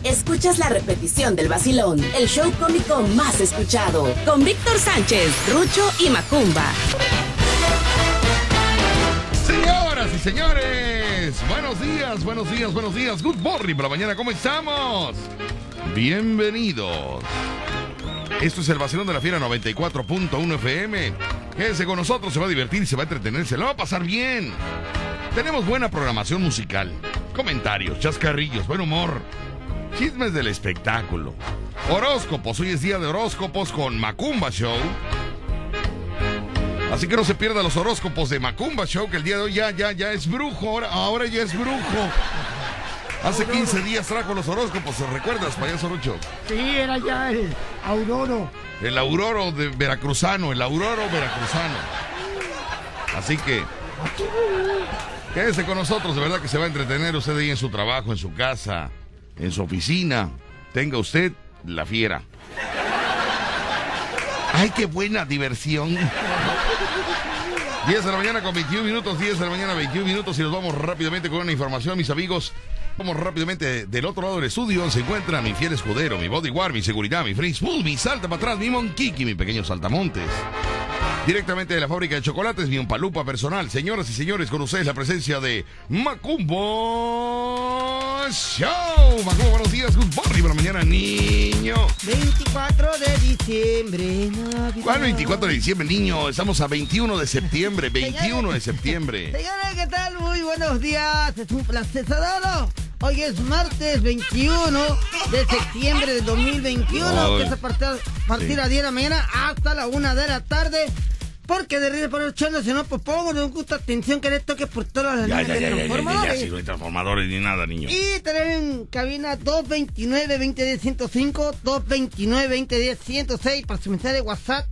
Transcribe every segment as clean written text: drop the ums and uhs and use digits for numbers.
escuchas la repetición del vacilón, el show cómico más escuchado, con Víctor Sánchez, Rucho y Macumba. Señoras y señores, buenos días, buenos días, buenos días. Good morning por la mañana, ¿cómo estamos? Bienvenidos. Esto es el vacilón de la Fiera 94.1 FM. Quédese con nosotros, se va a divertir, se va a entretener, se lo va a pasar bien. Tenemos buena programación musical, comentarios, chascarrillos, buen humor, chismes del espectáculo, horóscopos. Hoy es día de horóscopos con Macumba Show. Así que no se pierda los horóscopos de Macumba Show, que el día de hoy ya es brujo, ahora ya es brujo. Hace 15 días trajo los horóscopos, ¿recuerdas, payaso Rucho? Sí, era ya el Auroro. El Auroro de veracruzano, el Auroro veracruzano. Así que quédese con nosotros, de verdad que se va a entretener usted ahí en su trabajo, en su casa, en su oficina. Tenga usted la fiera. ¡Ay, qué buena diversión! 10 de la mañana con 21 minutos, 10 de la mañana 21 minutos y nos vamos rápidamente con una información, mis amigos. Vamos rápidamente del otro lado del estudio. Se encuentra mi fiel escudero, mi bodyguard, mi seguridad, mi free smooth, mi salta para atrás, mi monquiqui, mi pequeño saltamontes. Directamente de la fábrica de chocolates, mi umpalupa personal. Señoras y señores, con ustedes la presencia de Macumba Show. Macumba, buenos días, good morning por la mañana, niño. 24 de diciembre, Navidad. ¿Cuál 24 de diciembre, niño? Estamos a 21 de septiembre, 21 de septiembre. Señores, ¿qué tal? Muy buenos días. Es un placer saludarlos. Hoy es martes 21 de septiembre de 2021, que es a partir a 10 de la mañana hasta la 1 de la tarde. Porque de reír por el cholo, si no, pues pongo, nos gusta atención que le toque por todas las líneas de transformadores. Ya, si no hay transformadores ni nada, niño. Y tenemos en cabina 229-2010-105, 229-2010-106 para su mensaje de WhatsApp,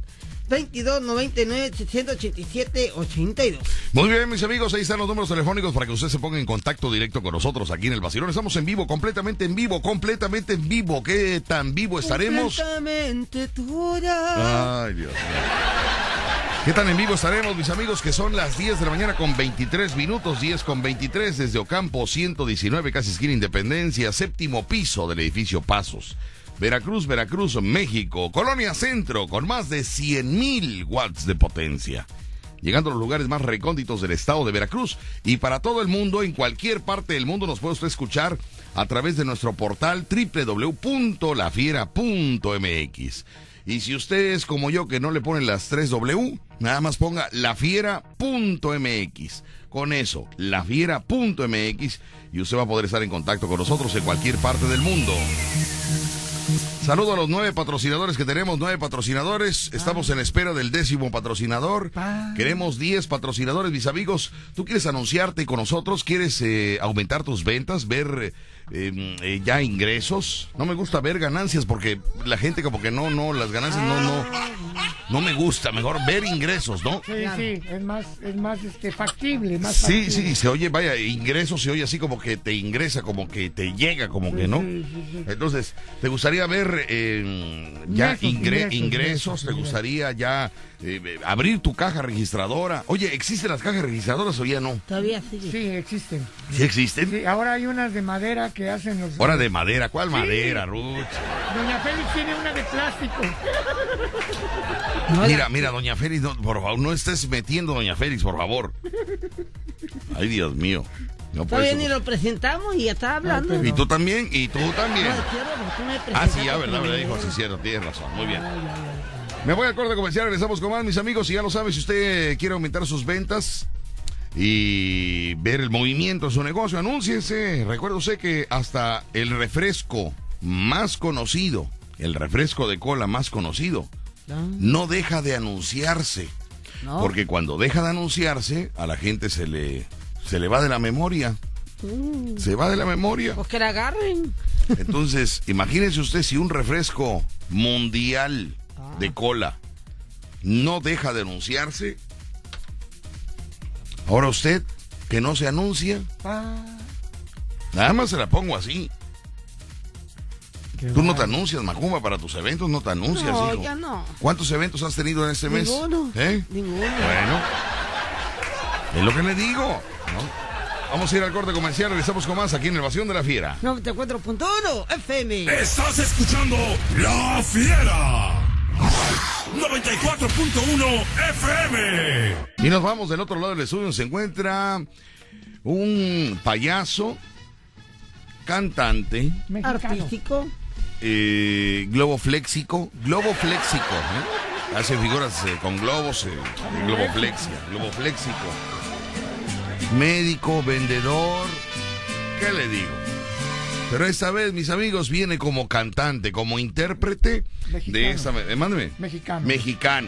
2299-687-82. Muy bien, mis amigos, ahí están los números telefónicos para que usted se ponga en contacto directo con nosotros aquí en el vacilón. Estamos en vivo, completamente en vivo, completamente en vivo. ¿Qué tan vivo estaremos? Completamente tuya. Ay, Dios mío. ¿Qué tan en vivo estaremos, mis amigos? Que son las 10 de la mañana con 23 minutos, 10 con 23, desde Ocampo 119, casi esquina Independencia, séptimo piso del edificio Pasos. Veracruz, México, Colonia Centro, con más de 100,000 watts de potencia. Llegando a los lugares más recónditos del estado de Veracruz. Y para todo el mundo, en cualquier parte del mundo, nos puede usted escuchar a través de nuestro portal www.lafiera.mx. Y si usted es como yo, que no le ponen las 3W, nada más ponga lafiera.mx. Con eso, lafiera.mx, y usted va a poder estar en contacto con nosotros en cualquier parte del mundo. Saludo a los 9 patrocinadores que tenemos, 9 patrocinadores. Estamos en espera del 10º patrocinador. Queremos 10 patrocinadores, mis amigos. ¿Tú quieres anunciarte con nosotros? ¿Quieres aumentar tus ventas? ¿Ver ya ingresos? No me gusta ver ganancias porque la gente como que no, las ganancias no me gusta. Mejor ver ingresos, ¿no? Sí, es más factible, más Sí, factible. sí, se oye, vaya, ingresos se oye así como que te ingresa, como que te llega, como que no. Sí. Entonces, ¿te gustaría ver ya ingresos? ¿Te ingresos. gustaría ya abrir tu caja registradora? Oye, ¿existen las cajas registradoras o ya no? Todavía sigue. Sí, existen. ¿Sí existen? Sí, ahora hay unas de madera que hacen los... Ahora de madera, ¿cuál madera, Ruth? Doña Félix tiene una de plástico. Mira, doña Félix, no, por favor, no estés metiendo doña Félix, por favor. Ay, Dios mío. No puede Todavía ser. ni lo presentamos y ya está hablando. Y tú también, y tú también. No, es cierto, porque tú me Ah, sí, presentaste ya, ¿verdad? primero. Dijo, sí, cierto, tienes razón. Muy bien. Me voy al corte comercial, regresamos con más, mis amigos. Y ya lo sabe, si usted quiere aumentar sus ventas y ver el movimiento de su negocio, anúnciese. Recuérdese que hasta el refresco más conocido, el refresco de cola más conocido, no deja de anunciarse. No. Porque cuando deja de anunciarse, a la gente se le va de la memoria. Se va de la memoria. Pues que la agarren. Entonces, imagínese usted si un refresco mundial de cola no deja de anunciarse. Ahora usted, que no se anuncia. Nada más se la pongo así. Tú no te anuncias, Macumba, para tus eventos no te anuncias, No, hijo. ya no. ¿Cuántos eventos has tenido en este mes? Ninguno. ¿Eh? Ninguno. Bueno, es lo que le digo, ¿no? Vamos a ir al corte comercial, regresamos con más aquí en el Vacilón de la Fiera. 94.1 FM. Estás escuchando La Fiera. 94.1 FM. Y nos vamos del otro lado del estudio. Se encuentra un payaso, cantante, Artístico. globofléxico. Hace figuras con globos, globofléxico. Médico, vendedor, ¿qué le digo? Pero esta vez, mis amigos, viene como cantante, como intérprete mexicano. De esta... mándeme. Mexicano.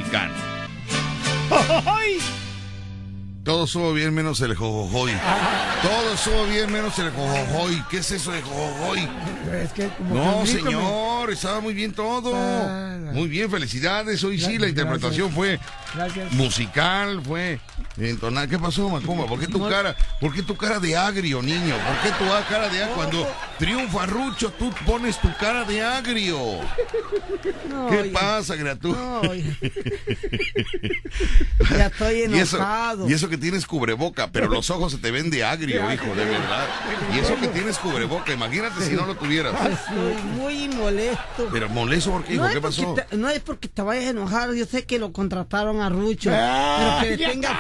Todo estuvo bien menos el jojojoy. Todo estuvo bien menos el jojojoy. ¿Qué es eso de jojojoy? Es que como No, que señor, estaba muy bien todo. Muy bien, felicidades. Hoy sí, la interpretación fue musical, fue entonada. ¿Qué pasó, Macumba? ¿Por qué tu cara de agrio, niño? ¿Por qué tu cara de agrio? Cuando triunfa Rucho, tú pones tu cara de agrio. No, ¿Qué pasa, criatura? No, ya estoy enojado. Y eso que tienes cubreboca, pero los ojos se te ven de agrio, hijo, de verdad. Y eso que tienes cubreboca, imagínate si no lo tuvieras. Estoy muy molesto. Pero molesto, ¿por qué, hijo? ¿Qué pasó? No es porque te vayas a enojar, yo sé que lo contrataron a Rucho, pero que tenga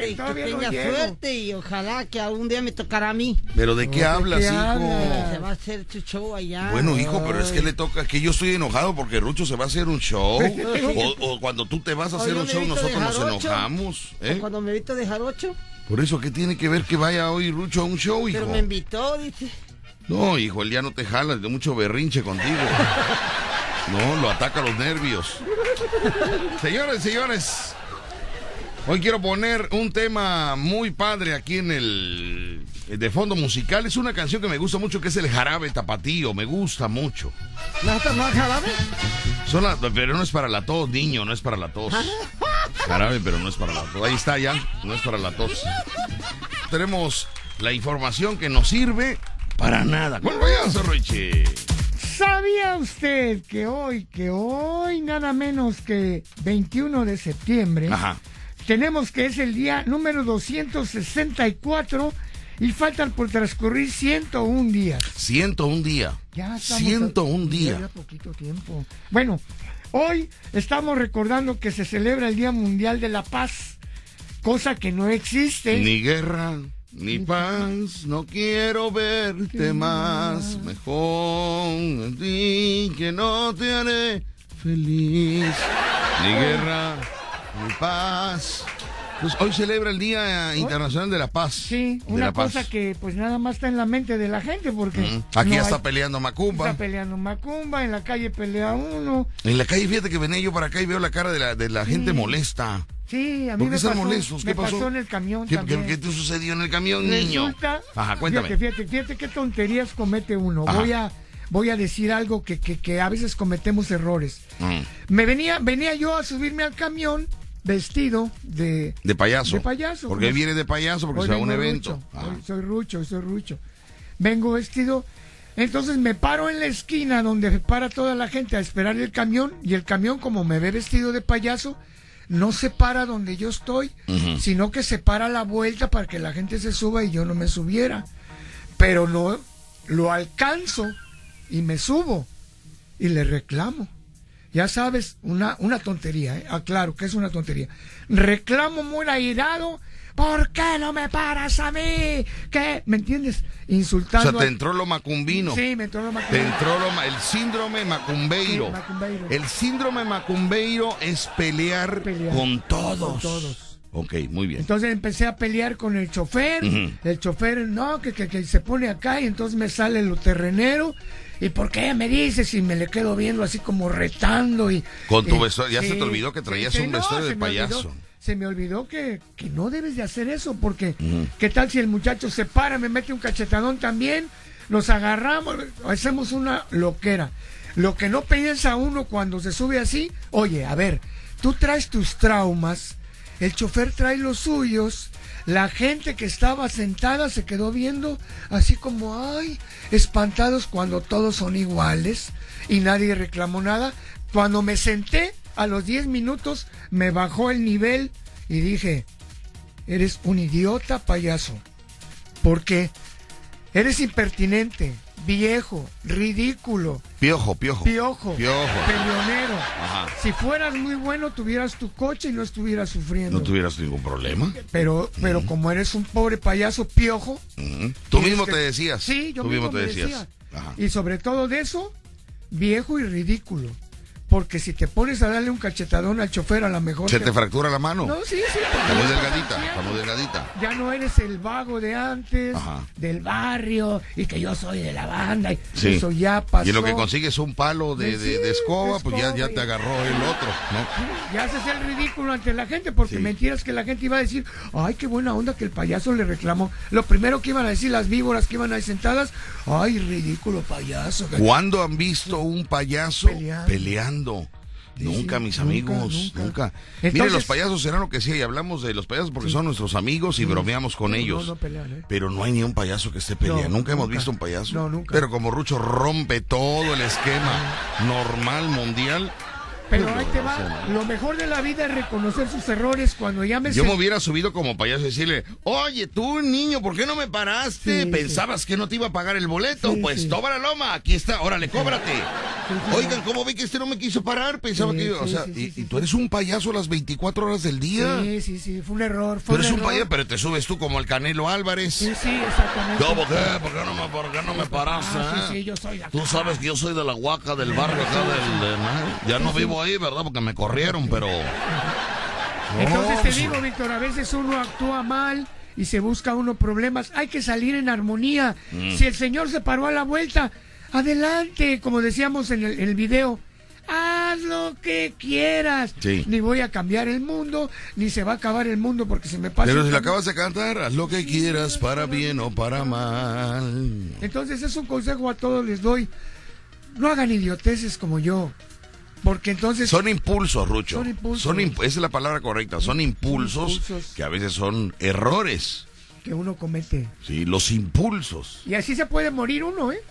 suerte y ojalá que algún día me tocara a mí. ¿Pero de qué hablas, hijo? Se va a hacer tu show allá. Bueno, hijo, pero es que le toca, que yo estoy enojado porque Rucho se va a hacer un show. O cuando tú te vas a hacer un show, nosotros nos enojamos. O cuando me invito de jarocho. Por eso, ¿qué tiene que ver que vaya hoy Rucho a un show, hijo? Pero me invitó, dice. No, hijo, él ya no te jala, de mucho berrinche contigo. No, lo ataca los nervios. Señores, hoy quiero poner un tema muy padre aquí en el de fondo musical. Es una canción que me gusta mucho, que es el Jarabe Tapatío. Me gusta mucho. ¿No es jarabe? Pero no es para la tos, niño, no es para la tos. Jarabe, pero no es para la tos. Ahí está ya, no es para la tos. Tenemos la información que nos sirve para nada. ¿Cuál payaso, Richie? ¿Sabía usted que hoy, nada menos que 21 de septiembre, tenemos que es el día número 264 y faltan por transcurrir 101 días? 101 días. Ya estamos 101 días. Ya poquito tiempo. Bueno, hoy estamos recordando que se celebra el Día Mundial de la Paz, cosa que no existe. Ni guerra, ni paz, no quiero verte más. Mejor en ti que no te haré feliz. Ni guerra, ni paz. Pues hoy celebra el Día Internacional de la Paz. Sí, una cosa que pues nada más está en la mente de la gente porque... Aquí ya está peleando Macumba. Está peleando Macumba, en la calle pelea uno. En la calle, fíjate que venía yo para acá y veo la cara de la gente molesta. Sí, a mí me pasó en el camión también. ¿Qué te sucedió en el camión, niño? Ajá, cuéntame. Fíjate qué tonterías comete uno. Voy a decir algo que a veces cometemos errores. Venía yo a subirme al camión vestido de payaso. De payaso. Porque viene de payaso, porque se va a un evento. Soy Rucho. Vengo vestido. Entonces me paro en la esquina donde para toda la gente a esperar el camión. Y el camión, como me ve vestido de payaso, no se para donde yo estoy, sino que se para a la vuelta para que la gente se suba y yo no me subiera. Pero no lo alcanzo y me subo y le reclamo. Ya sabes, una tontería, aclaro que es una tontería. Reclamo muy airado, ¿por qué no me paras a mí? ¿Qué? ¿Me entiendes? Insultando. O sea, te entró lo macumbino. Sí, me entró lo macumbino. Te entró el síndrome macumbeiro. Sí, macumbeiro. El síndrome macumbeiro es pelear con todos. Con todos. Ok, muy bien. Entonces empecé a pelear con el chofer. El chofer, no, que se pone acá y entonces me sale lo terrenero. ¿Y por qué me dices? Y me le quedo viendo así como retando y... Con tu vestuario, ya se te olvidó que traías un vestuario de payaso. Se me olvidó que no debes de hacer eso, porque ¿qué tal si el muchacho se para, me mete un cachetadón también? Nos agarramos, hacemos una loquera. Lo que no piensa uno cuando se sube así, oye, a ver, tú traes tus traumas, el chofer trae los suyos... La gente que estaba sentada se quedó viendo así como, ay, espantados cuando todos son iguales y nadie reclamó nada. Cuando me senté, a los 10 minutos me bajó el nivel y dije, eres un idiota, payaso. Porque eres impertinente, viejo, ridículo. Piojo. Peleonero. Ajá. Si fueras muy bueno, tuvieras tu coche y no estuvieras sufriendo. No tuvieras ningún problema. Pero como eres un pobre payaso piojo. Tú mismo te decías. Sí, yo Tú mismo te me decías. decía. Ajá. Y sobre todo de eso, viejo y ridículo. Porque si te pones a darle un cachetadón al chofer, a lo mejor... ¿Se te fractura la mano? No, sí. Está muy delgadita. Ya no eres el vago de antes, Ajá. del barrio, y que yo soy de la banda, y Sí. eso ya pasó. Y en lo que consigues un palo de escoba, de pues ya escoba, te agarró el otro, ¿no? Ya haces el ridículo ante la gente, porque Sí. mentiras que la gente iba a decir, ay, qué buena onda que el payaso le reclamó. Lo primero que iban a decir las víboras que iban ahí sentadas, ay, ridículo payaso. ¿Cuándo han visto un payaso peleando? Sí, Nunca, sí, mis amigos, nunca. Miren, Entonces, los payasos serán lo que sea, y hablamos de los payasos porque son nuestros amigos y bromeamos con ellos. No pelean, Pero no hay ni un payaso que esté peleando. Nunca hemos visto un payaso. No, nunca. Pero como Rucho rompe todo el esquema normal, mundial. Pero ahí te va, lo mejor de la vida es reconocer sus errores cuando ya Yo me hubiera subido como payaso y decirle, oye, tú niño, ¿por qué no me paraste? Sí, ¿Pensabas que no te iba a pagar el boleto? Sí, Pues sí. toma la loma, aquí está, órale, cóbrate. sí. Oigan, ¿cómo ve que este no me quiso parar? Pensaba Sí, que iba, o sí, sea, sí, y tú eres un payaso las 24 horas del día. Sí, fue un error. Tú eres un payaso, pero te subes tú como el Canelo Álvarez. Sí, exactamente. ¿Cómo qué? ¿Por qué no me paraste? Sí, yo soy de acá. Tú sabes que yo soy de la Huaca, del barrio acá ya no vivo ahí, ¿verdad? Porque me corrieron, pero... Entonces te No, digo, Víctor, a veces uno actúa mal y se busca uno problemas. Hay que salir en armonía. Si el señor se paró a la vuelta, adelante, como decíamos en el video. Haz lo que quieras. Sí. Ni voy a cambiar el mundo, ni se va a acabar el mundo porque se me pasa. Pero el si lo camión. acabas de cantar, haz lo que quieras, para bien o para mal. Entonces es un consejo a todos les doy. No hagan idioteces como yo. Porque entonces... Son impulsos, Rucho. Son impulsos. Esa es la palabra correcta. Son impulsos que a veces son errores. que uno comete. Sí, los impulsos. Y así se puede morir uno, ¿eh?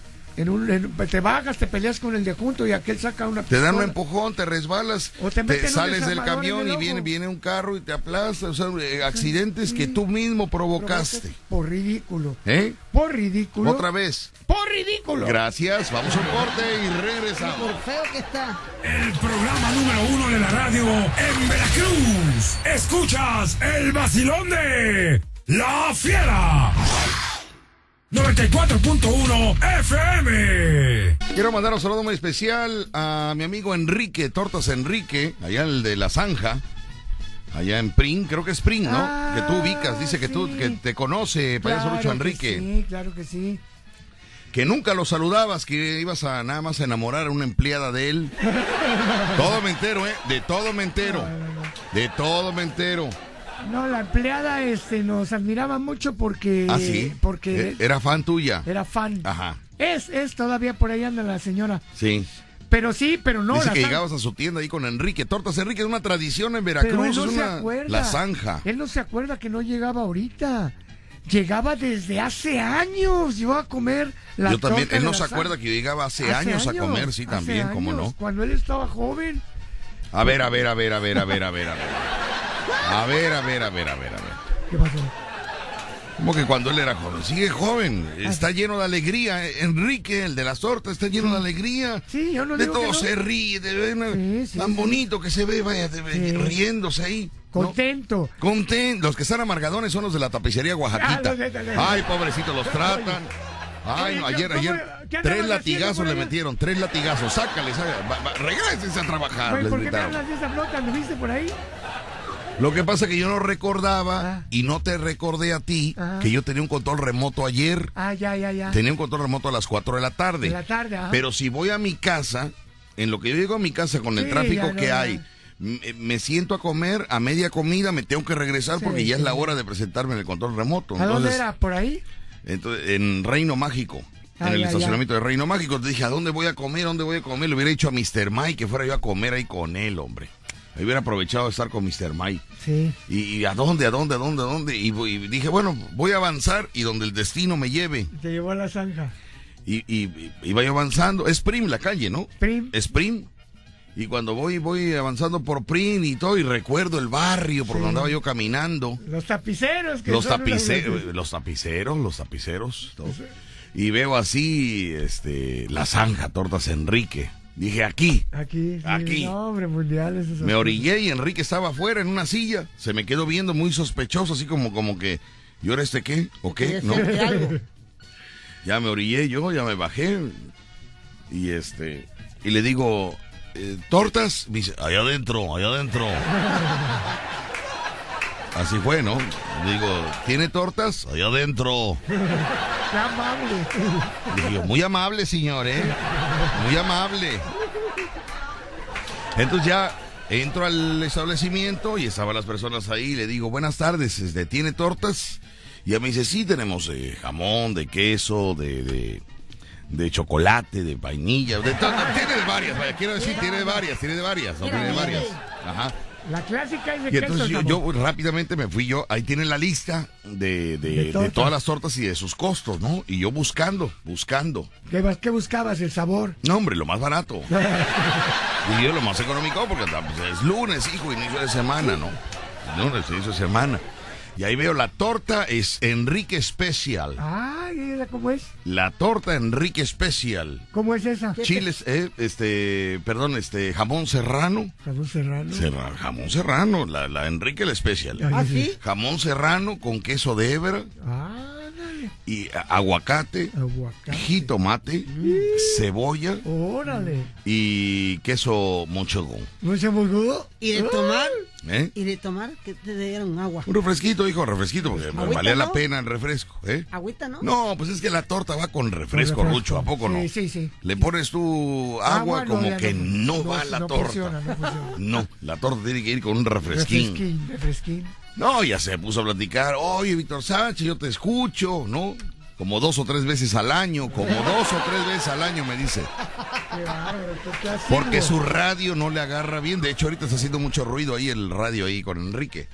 Te bajas, te peleas con el de junto y aquel saca una Te dan un pistola. empujón, te resbalas, O te meten un sales del desarmador camión en el y ojo. viene un carro y te aplasta. O sea, accidentes que tú mismo provocaste. Por ridículo. ¿Eh? Por ridículo. Otra vez. Por ridículo. Gracias, vamos a un corte y regresamos. Por feo que está. El programa número 1 de la radio en Veracruz. Escuchas el vacilón de La Fiera. 94.1 FM. Quiero mandar un saludo muy especial a mi amigo Enrique, Tortas Enrique, allá el de La Zanja, allá en Pring, creo que es Pring, ¿no? Ah, que tú ubicas, dice que sí. tú que te conoce, payaso Lucho Enrique. Sí, claro que sí. Que nunca lo saludabas, que ibas a nada más a enamorar a una empleada de él. Todo me entero, de todo me entero. De todo me entero. No, la empleada nos admiraba mucho porque... Ah, sí. Porque Era fan tuya. era fan. Ajá. Es todavía por ahí anda la señora. Sí. Pero sí, pero no. Dice la que zanja. llegabas a su tienda ahí con Enrique. Tortas Enrique es una tradición en Pero Veracruz. él no es se una... acuerda. La Zanja. Él no se acuerda que no llegaba ahorita. Llegaba desde hace años. Yo a comer la Yo también. torta Él de no la se Zanja. acuerda que yo llegaba hace años a comer, sí, hace también, cómo años, no. Cuando él estaba joven. A ver. A ver. ¿Qué pasó? Como que cuando él era joven. Sigue joven. Está lleno de alegría. Enrique, el de las tortas, está lleno de alegría. Sí, yo no de digo todo que no. se ríe. Sí, tan sí. bonito que se ve, vaya, riéndose ahí. ¿no? Contento. Los que están amargadones son los de la tapicería Oaxaquita. Ay, pobrecitos, los tratan. Ay, no, ayer, ¿qué 3 andabas latigazos haciendo por le allá? metieron, 3 latigazos, sácale, regrésense a trabajar, Oye, les ¿por qué me gritaron. hablas de esa flota? ¿Lo viste por ahí? Lo que pasa es que yo no recordaba y no te recordé a ti Ajá. que yo tenía un control remoto ayer. Ah, ya. Tenía un control remoto a las 4 de la tarde. De la tarde, ajá. Pero si voy a mi casa, en lo que yo llego a mi casa con el Sí, tráfico ya, que ya. hay, me siento a comer, a media comida me tengo que regresar Sí, porque ya sí. es la hora de presentarme en el control remoto. ¿A dónde Entonces, era? ¿Por ahí? entonces, en Reino Mágico. Ah, En el ya, estacionamiento de Reino Mágico. Te dije, ¿a dónde voy a comer? ¿Dónde voy a comer? Le hubiera dicho a Mr. Mike que fuera yo a comer ahí con él, hombre. Me hubiera aprovechado de estar con Mr. Mike. Sí. ¿Y a dónde? Y dije, bueno, voy a avanzar y donde el destino me lleve. Te llevó a la zanja. Y iba yo avanzando. Es Prim la calle, ¿no? Prim. Es Prim. Y cuando voy avanzando por Prin y todo, y recuerdo el barrio por donde andaba yo caminando. Los tapiceros. Los tapiceros. Todo. Y veo así, la Zanja, Tortas Enrique. Dije, aquí. Sí, no, hombre, mundiales. Me orillé y Enrique estaba afuera en una silla. Se me quedó viendo muy sospechoso, así como que, ¿y ahora qué? ¿O qué? ¿No? Ya me orillé yo, ya me bajé. Y y le digo, ¿tortas? Me dice, allá adentro. Así fue, ¿no? Digo, ¿tiene tortas? Allá adentro. Qué amable. Digo, muy amable, señor, muy amable. Entonces ya entro al establecimiento y estaban las personas ahí. Le digo, buenas tardes, ¿tiene tortas? Y ella me dice, sí, tenemos jamón, de queso, de chocolate, de vainilla, de todo. Tiene de varias, vaya, quiero decir, tiene de varias. Ajá. La clásica es de queso. Y entonces yo rápidamente me fui ahí tienen la lista de todas las tortas y de sus costos, ¿no? Y yo buscando. ¿Qué buscabas? ¿El sabor? No, hombre, lo más barato. Y yo lo más económico porque es lunes, hijo, inicio de semana, ¿no? Lunes, inicio de semana. Y ahí veo la torta es Enrique Special. Ay, ¿cómo es? La torta Enrique Special. ¿Cómo es esa? Chiles, jamón serrano. Jamón serrano. Jamón serrano, la Enrique el Special. ¿Sí? Jamón serrano con queso de hebra. Y aguacate, jitomate, cebolla. Órale. Y queso mochegón. ¿Mochegón? ¿Y de tomar? ¿Y de tomar? Que te dieron agua. Un refresquito, hijo, porque me valía la pena el refresco, ¿Agüita, no? No, pues es que la torta va con refresco, Rucho, ¿a poco no? Sí. Le pones tu agua como que no va la torta. Funciona. No, la torta tiene que ir con un refresquín. No, ya se puso a platicar. Oye, Víctor Sánchez, yo te escucho, ¿no? Como 2 o 3 veces al año, me dice. Qué bárbaro, porque su radio no le agarra bien. De hecho, ahorita está haciendo mucho ruido ahí el radio ahí con Enrique.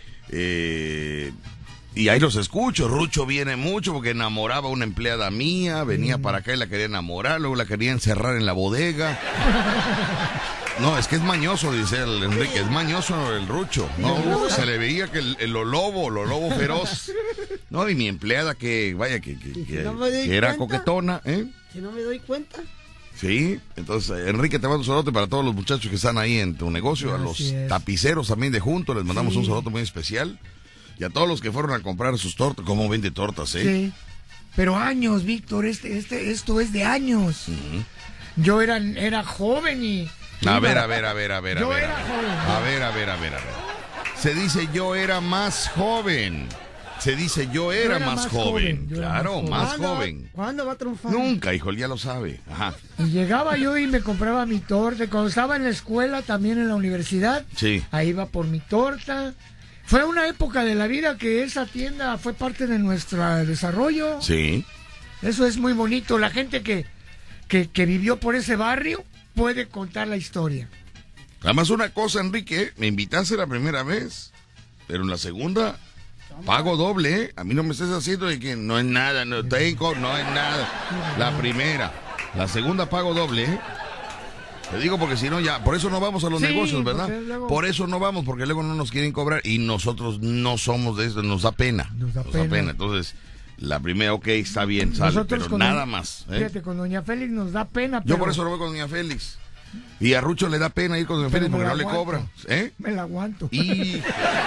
Y ahí los escucho. Rucho viene mucho porque enamoraba a una empleada mía. Venía para acá y la quería enamorar. Luego la quería encerrar en la bodega. No, es que es mañoso, dice el Enrique. Es mañoso el Rucho. No, se le veía que lo lobo feroz. No, y mi empleada que era coquetona, Si no me doy cuenta. Sí, entonces Enrique, te mando un saludo para todos los muchachos que están ahí en tu negocio, a los tapiceros también de junto, les mandamos un saludo muy especial. Y a todos los que fueron a comprar sus tortas, ¿cómo vende tortas, Sí, pero años, Víctor, esto es de años. Yo era joven y... A ver. Yo era joven. A ver. Se dice yo era más joven. Más joven. Claro, más joven. ¿Cuándo va a triunfar? Nunca, hijo, él ya lo sabe. Ajá. Y llegaba yo y me compraba mi torta. Cuando estaba en la escuela, también en la universidad, ahí iba por mi torta. Fue una época de la vida que esa tienda fue parte de nuestro desarrollo. Sí. Eso es muy bonito. La gente que vivió por ese barrio puede contar la historia. Además, una cosa, Enrique, me invitaste la primera vez, pero en la segunda pago doble, A mí no me estés haciendo de que no es nada, no es nada. La primera. La segunda pago doble, Te digo porque si no ya, por eso no vamos a los negocios, ¿verdad? Por eso no vamos, porque luego no nos quieren cobrar y nosotros no somos de eso, nos da pena. Nos da pena. Entonces, la primera, está bien, sale, pero nada más. Fíjate, con doña Félix nos da pena. Pero... Yo por eso no voy con doña Félix. Y a Rucho le da pena ir con doña Félix porque no le cobra. Me la aguanto. Y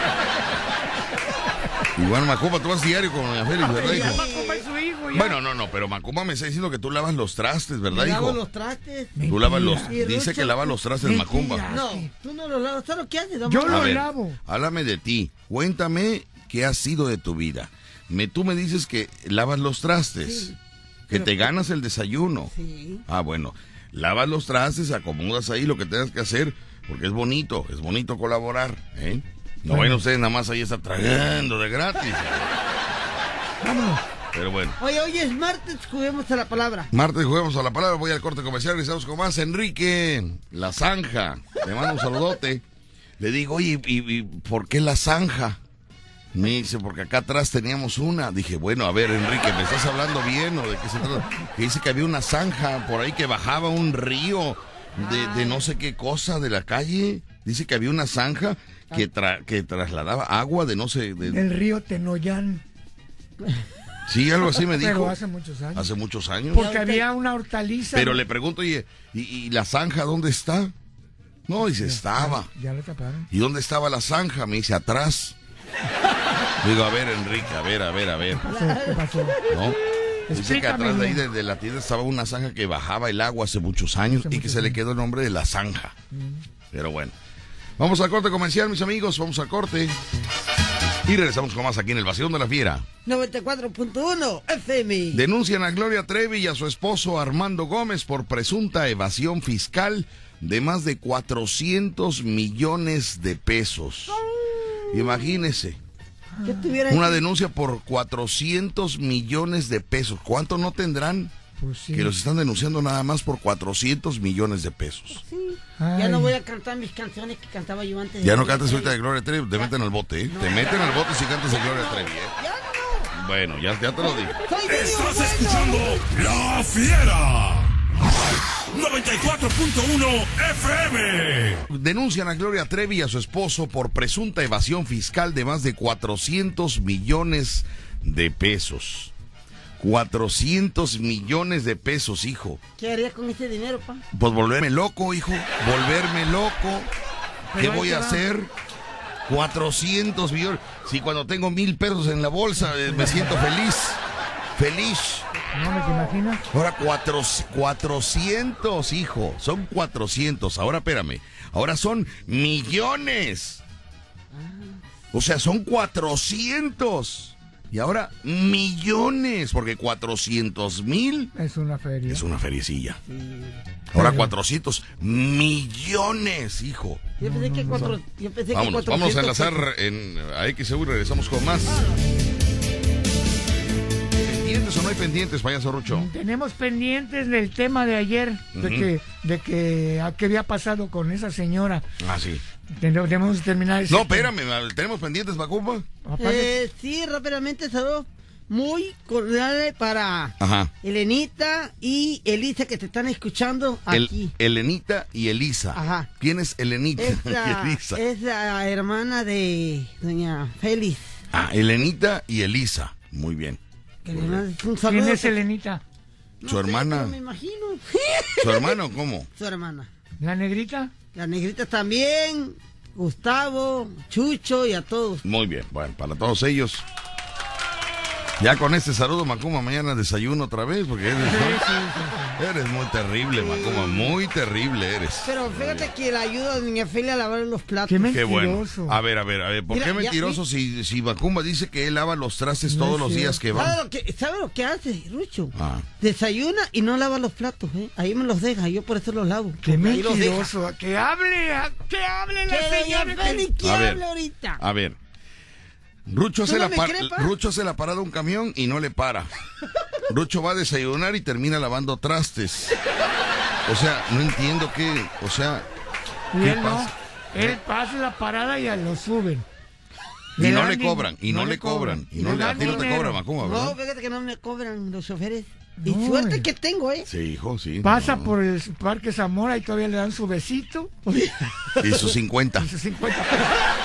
bueno, Macumba, tú vas diario con doña Félix, ¿verdad, hijo? Macumba es su hijo, ya. Bueno, no, pero Macumba me está diciendo que tú lavas los trastes, ¿verdad, hijo? Lavo los trastes. Tú lavas dice que lava los trastes, Macumba. No, tú no los lavas. ¿Sabes lo que haces? Yo lo lavo. Háblame de ti. Cuéntame qué ha sido de tu vida. Tú me dices que lavas los trastes, que te ganas el desayuno. Sí. Bueno, lavas los trastes, acomodas ahí lo que tengas que hacer, porque es bonito colaborar, No vayan ustedes nada más ahí a estar tragando de gratis. Vámonos. Pero bueno. Hoy es martes, juguemos a la palabra. Voy al corte comercial, regresamos con más. Enrique, la Zanja, le mando un saludote. Le digo, oye, ¿y por qué la Zanja? Me dice, porque acá atrás teníamos una. Dije, bueno, a ver, Enrique, ¿me estás hablando bien o de qué se trata? Que dice que había una zanja por ahí que bajaba un río de no sé qué cosa de la calle. Dice que había una zanja que trasladaba agua de no sé... El río Tenoyán. Sí, algo así me dijo. Pero hace muchos años. Hace muchos años. Porque había una hortaliza. Pero le pregunto, oye, ¿y la zanja dónde está? No, dice, estaba. Ya la taparon. ¿Y dónde estaba la zanja? Me dice, atrás. Digo, a ver, Enrique, a ver. ¿Qué pasó? ¿No? Dice que atrás de ahí bien. de la tienda estaba una zanja que bajaba el agua hace muchos años y que se le quedó el nombre de la zanja. Pero bueno. Vamos al corte comercial, mis amigos, vamos al corte. Y regresamos con más aquí en el Vacilón de la Fiera. 94.1 FM. Denuncian a Gloria Trevi y a su esposo Armando Gómez por presunta evasión fiscal de más de 400 millones de pesos. Imagínese. Una denuncia por 400 millones de pesos. ¿Cuánto no tendrán? Pues sí. Que los están denunciando nada más por 400 millones de pesos. Sí. Ya no voy a cantar mis canciones que cantaba yo antes. Ya no cantas ahorita de Gloria Trevi, te meten al bote, ¿eh? No. Te meten al bote si cantas de Gloria Trevi, ¿eh? Ya no. Bueno, ya te lo digo. Estás escuchando La Fiera. 94.1 FM. Denuncian a Gloria Trevi y a su esposo por presunta evasión fiscal de más de 400 millones de pesos. 400 millones de pesos, hijo. ¿Qué harías con ese dinero, pa? Pues volverme loco, hijo. Volverme loco. ¿Qué voy a hacer? 400 millones. Si cuando tengo 1,000 pesos en la bolsa me siento feliz. Feliz. ¿No me te imaginas? Ahora 400, hijo. Son 400. Ahora espérame. Ahora son millones. O sea, son 400. Y ahora millones. Porque 400,000 Es una feria. es una feriecilla. Ahora 400 millones, hijo. Yo pensé que cuatro. Yo pensé Vámonos, que vamos a 400 enlazar a XEU y regresamos con más. ¿Pendientes o no hay pendientes, payaso Rucho? Tenemos pendientes del tema de ayer, de que qué había pasado con esa señora. Ah, sí. Tenemos que terminar ese No, tema. espérame, ¿tenemos pendientes, Macumba? Aparte, Sí, rápidamente, saludos muy cordiales para Ajá. Elenita y Elisa que te están escuchando aquí. Elenita y Elisa. Ajá. ¿Quién es Elenita y Elisa? Es la hermana de doña Félix. Ah, Elenita y Elisa. Muy bien. Que le mandes un saludo. ¿quién es Elenita? No su sé, hermana? pero me imagino. ¿Su hermano cómo? Su hermana. ¿La negrita? Las negritas también, Gustavo, Chucho y a todos. Muy bien, bueno, para todos ellos. Ya con este saludo, Macumba, mañana desayuno otra vez, porque eres muy terrible, Macumba, muy terrible eres. Pero fíjate que la ayuda a doña Felia a lavar los platos. Qué Qué bueno. mentiroso. A ver, ¿por Mira, qué ya, mentiroso si Macumba dice que él lava los trastes No todos es los días que va? ¿Sabe lo que hace, Rucho? Ah. Desayuna y no lava los platos, ¿eh? Ahí me los deja, yo por eso los lavo. Qué Porque ahí los deja. mentiroso. Que hable la Que señora. doña Félix que A ver. hable ahorita. A ver. Rucho hace, ¿Tú no me crees, pa? Rucho hace la parada de un camión y no le para. Rucho va a desayunar y termina lavando trastes. O sea, no entiendo qué. O sea, Y ¿qué él pasa? no. Él pasa la parada y lo suben. Y no dan le din- cobran, y no le cobran. Y no le, a ti no te dinero. cobran, Macumba, No, ¿verdad? fíjate que no me cobran los choferes. Y No, suerte que tengo, ¿eh? Sí, hijo, sí. Pasa no. por el Parque Zamora y todavía le dan su besito. Y sus 50. Y sus 50 pesos.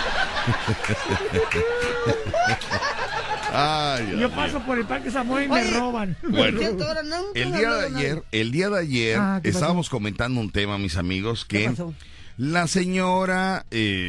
Ay, Dios Yo mío. paso por el Parque Zamora y Oye, me roban. Bueno. Cierto, ahora nunca El me día habló de ayer, Ah, ¿qué pasó? estábamos comentando un tema, mis amigos, ¿Qué que pasó? la señora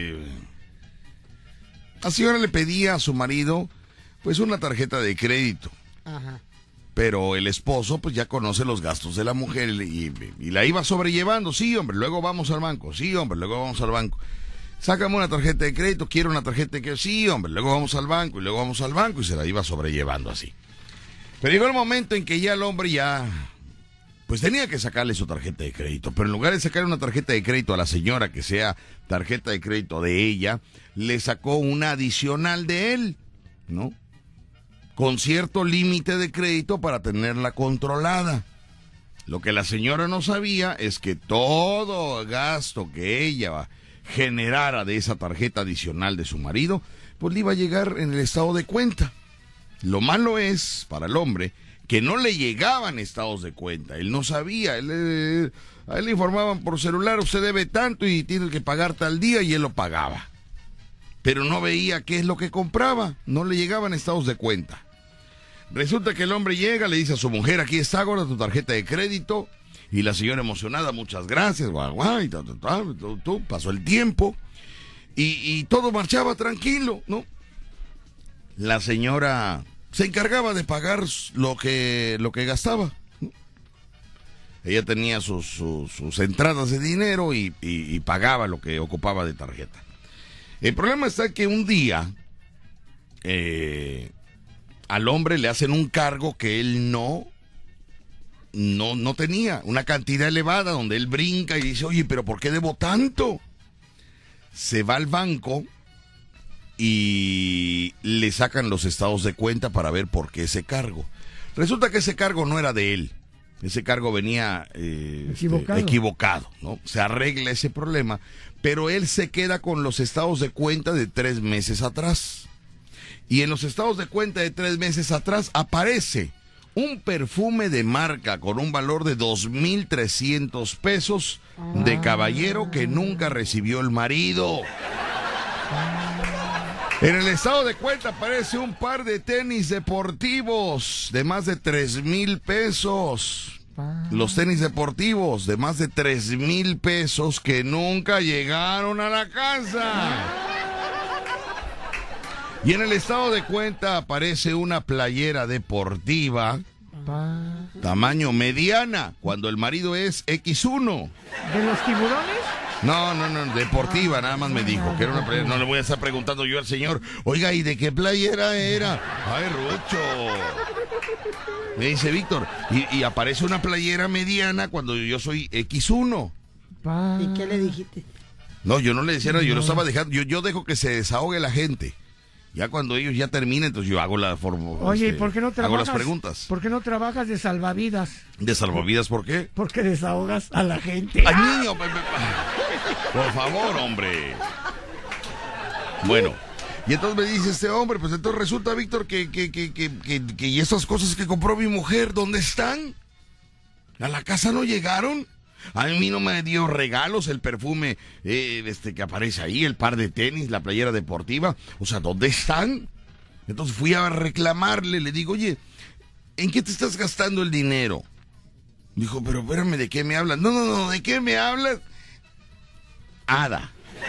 le pedía a su marido pues una tarjeta de crédito, Ajá. pero el esposo pues ya conoce los gastos de la mujer y la iba sobrellevando. Sí, hombre, luego vamos al banco. Sí, hombre, luego vamos al banco. Sácame una tarjeta de crédito, quiero una tarjeta de crédito. Sí, hombre, luego vamos al banco y luego vamos al banco y se la iba sobrellevando así. Pero llegó el momento en que ya el hombre pues tenía que sacarle su tarjeta de crédito, pero en lugar de sacar una tarjeta de crédito a la señora que sea tarjeta de crédito de ella, le sacó una adicional de él, ¿no? Con cierto límite de crédito para tenerla controlada. Lo que la señora no sabía es que todo gasto que ella generara de esa tarjeta adicional de su marido, pues le iba a llegar en el estado de cuenta. Lo malo es, para el hombre, que no le llegaban estados de cuenta. Él no sabía, a él le informaban por celular, usted debe tanto y tiene que pagar tal día, y él lo pagaba. Pero no veía qué es lo que compraba, no le llegaban estados de cuenta. Resulta que el hombre llega, le dice a su mujer, aquí está ahora tu tarjeta de crédito, y la señora emocionada, muchas gracias, y pasó el tiempo, y todo marchaba tranquilo, ¿no? La señora se encargaba de pagar lo que gastaba, ¿no? Ella tenía sus entradas de dinero y pagaba lo que ocupaba de tarjeta. El problema está que un día al hombre le hacen un cargo que él no tenía, una cantidad elevada, donde él brinca y dice, oye, pero ¿por qué debo tanto? Se va al banco y le sacan los estados de cuenta para ver por qué ese cargo. Resulta que ese cargo no era de él. Ese cargo venía equivocado, ¿no? Se arregla ese problema, pero él se queda con los estados de cuenta de 3 meses atrás. Y en los estados de cuenta de 3 meses atrás aparece un perfume de marca con un valor de 2,300 pesos de caballero que nunca recibió el marido. En el estado de cuenta aparece un par de tenis deportivos de más de 3,000 pesos. Los tenis deportivos de más de 3,000 pesos que nunca llegaron a la casa. Y en el estado de cuenta aparece una playera deportiva tamaño mediana, cuando el marido es X1. ¿De los tiburones? No, deportiva, nada más me dijo que era una playera. No le voy a estar preguntando yo al señor, oiga, ¿y de qué playera era? Ay, Rucho. Me dice Víctor, y aparece una playera mediana cuando yo soy X1. ¿Y qué le dijiste? No, yo no le decía nada, yo lo estaba dejando, yo dejo que se desahogue la gente. Ya cuando ellos ya terminen, entonces yo hago la forma. Oye, ¿y por qué no trabajas? Hago las preguntas. ¿Por qué no trabajas de salvavidas? ¿De salvavidas por qué? Porque desahogas a la gente. ¡Ay, niño! Por favor, hombre. Bueno, y entonces me dice este hombre, pues entonces resulta, Víctor, que y esas cosas que compró mi mujer, ¿dónde están? ¿A la casa no llegaron? A mí no me dio regalos, el perfume que aparece ahí, el par de tenis, la playera deportiva. O sea, ¿dónde están? Entonces fui a reclamarle, le digo, oye, ¿en qué te estás gastando el dinero? Dijo, pero espérame, ¿de qué me hablas? No, ¿de qué me hablas? Hada.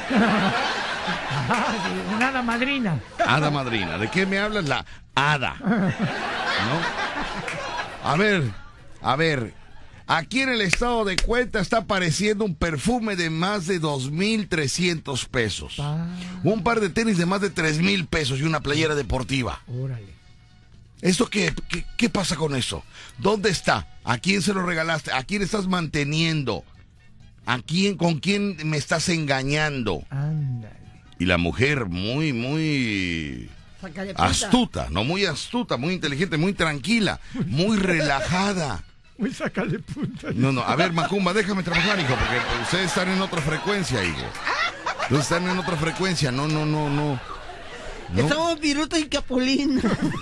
Una hada madrina. Hada madrina, ¿de qué me hablas? La hada. ¿No? A ver. Aquí en el estado de cuenta está apareciendo un perfume de más de 2,300 pesos. Un par de tenis de más de 3,000 pesos y una playera deportiva. Órale. ¿Esto qué pasa con eso? ¿Dónde está? ¿A quién se lo regalaste? ¿A quién estás manteniendo? ¿Con quién me estás engañando? Ándale. Y la mujer muy astuta, no muy astuta, muy inteligente, muy tranquila, muy relajada. Muy sácale punta. No, a ver, Macumba, déjame trabajar, hijo, porque ustedes están en otra frecuencia, hijo. Ustedes están en otra frecuencia, no. Estamos Viruta y Capulín.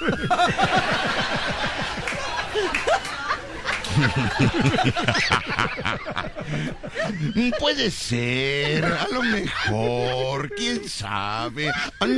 Puede ser, a lo mejor, quién sabe.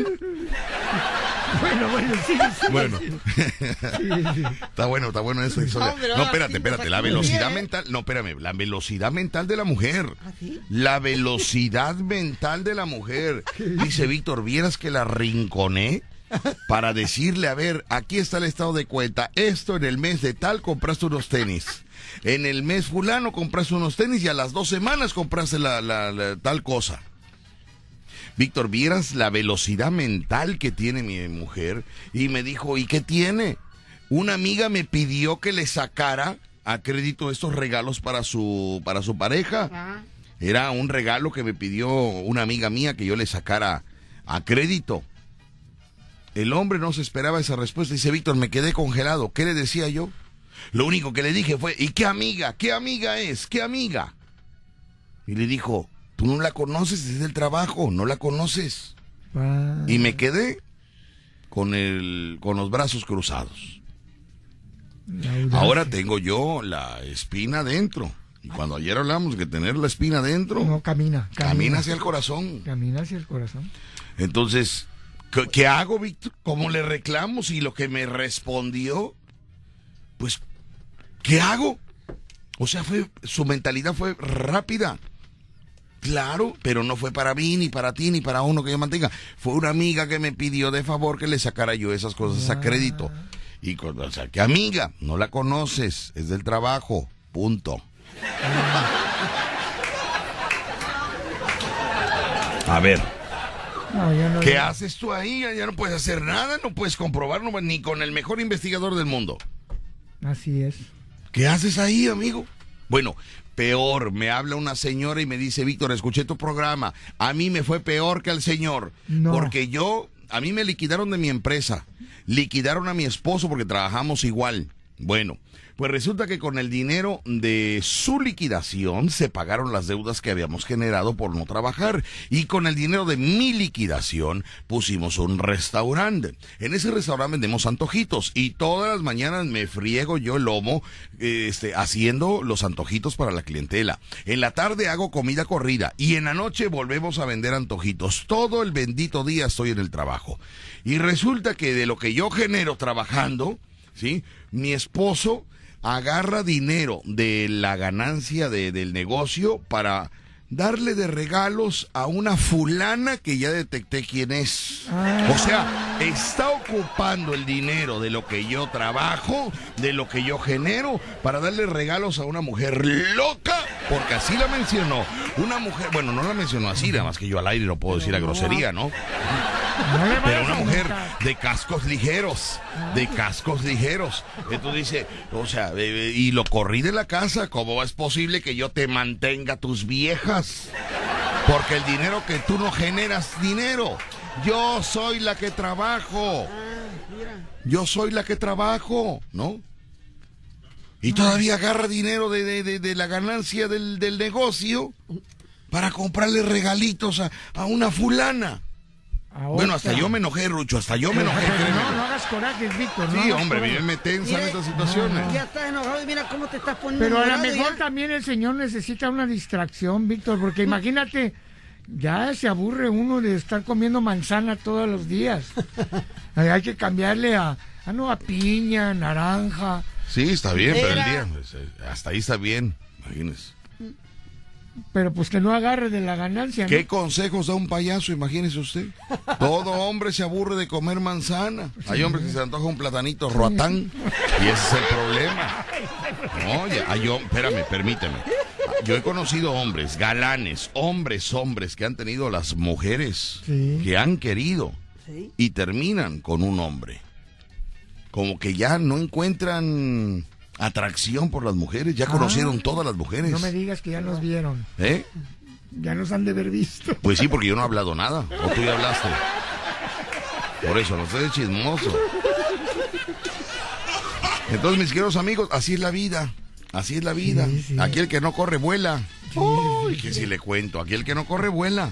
Bueno, sí. Bueno. Sí. Está bueno eso. No, espérate, la velocidad mental, no, espérame, la velocidad mental de la mujer. ¿Ah, sí? La velocidad mental de la mujer. Dice Víctor, ¿vieras que la rinconé? Para decirle, a ver, aquí está el estado de cuenta, esto en el mes de tal compraste unos tenis, en el mes fulano compraste unos tenis y a las 2 semanas compraste la tal cosa. Víctor, ¿vieras la velocidad mental que tiene mi mujer? Y me dijo, ¿y qué tiene? Una amiga me pidió que le sacara a crédito estos regalos para su pareja. Era un regalo que me pidió una amiga mía que yo le sacara a crédito. El hombre no se esperaba esa respuesta. Dice, Víctor, me quedé congelado. ¿Qué le decía yo? Lo único que le dije fue, ¿y qué amiga? ¿Qué amiga es? ¿Qué amiga? Y le dijo, tú no la conoces desde el trabajo, no la conoces. Y me quedé con los brazos cruzados. Ahora tengo yo la espina adentro. Y cuando ayer hablamos de tener la espina adentro... No, camina hacia el corazón. Camina hacia el corazón. Entonces, ¿qué hago, Víctor? ¿Cómo le reclamo? Si lo que me respondió, pues, ¿qué hago? O sea, su mentalidad fue rápida. Claro, pero no fue para mí, ni para ti, ni para uno que yo mantenga. Fue una amiga que me pidió de favor que le sacara yo esas cosas a crédito. Y, o sea, ¿qué amiga? No la conoces, es del trabajo, punto. A ver, ¿qué haces tú ahí? Ya no puedes hacer nada, no puedes comprobarlo ni con el mejor investigador del mundo. Así es. ¿Qué haces ahí, amigo? Bueno, peor, me habla una señora y me dice, Víctor, escuché tu programa. A mí me fue peor que al señor. No. Porque a mí me liquidaron de mi empresa. Liquidaron a mi esposo porque trabajamos igual. Bueno, pues resulta que con el dinero de su liquidación se pagaron las deudas que habíamos generado por no trabajar. Y con el dinero de mi liquidación pusimos un restaurante. En ese restaurante vendemos antojitos. Y todas las mañanas me friego yo el lomo haciendo los antojitos para la clientela. En la tarde hago comida corrida. Y en la noche volvemos a vender antojitos. Todo el bendito día estoy en el trabajo. Y resulta que de lo que yo genero trabajando, ¿sí? Mi esposo agarra dinero de la ganancia del negocio para darle de regalos a una fulana que ya detecté quién es. O sea, está ocupando el dinero de lo que yo trabajo, de lo que yo genero, para darle regalos a una mujer loca, porque así la mencionó. Una mujer, bueno, no la mencionó así, nada más que yo al aire no puedo decir la grosería, ¿no? Pero una mujer de cascos ligeros, Entonces dice, o sea, y lo corrí de la casa. ¿Cómo es posible que yo te mantenga tus viejas? Porque el dinero que tú no generas dinero. Yo soy la que trabajo. ¿No? Y todavía agarra dinero de la ganancia del negocio para comprarle regalitos a una fulana. Bueno, hasta yo me enojé, Rucho, créeme. No hagas corajes, Víctor. Sí, hombre, bien me tensan estas situaciones. Ya estás enojado y mira cómo te estás poniendo. Pero a lo mejor también el señor necesita una distracción, Víctor, porque imagínate, ya se aburre uno de estar comiendo manzana todos los días. Hay que cambiarle a piña, naranja. Sí, está bien, pero el día, hasta ahí está bien, imagínese. Pero pues que no agarre de la ganancia, ¿no? ¿Qué consejos da un payaso? Imagínese usted. Todo hombre se aburre de comer manzana. Hay hombres que se antoja un platanito roatán. Y ese es el problema. No, espérame, permíteme. Yo he conocido hombres, galanes, hombres que han tenido las mujeres que han querido y terminan con un hombre. Como que ya no encuentran atracción por las mujeres, ya conocieron todas las mujeres. No me digas que ya nos vieron. Ya nos han de haber visto. Pues sí, porque yo no he hablado nada. ¿O tú ya hablaste? Por eso, no sé, chismoso. Entonces, mis queridos amigos, así es la vida. Sí. Aquí el que no corre, vuela. Uy, que si le cuento, aquí el que no corre, vuela.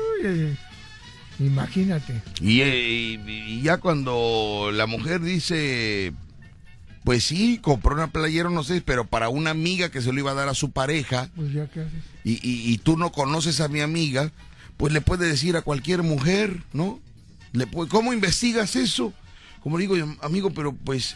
Imagínate. Y ya cuando la mujer dice... Pues sí, compró una playera, no sé, pero para una amiga que se lo iba a dar a su pareja. Pues ya, ¿qué haces? Y tú no conoces a mi amiga, pues le puedes decir a cualquier mujer, ¿no? ¿Cómo investigas eso? Como digo, amigo, pero pues,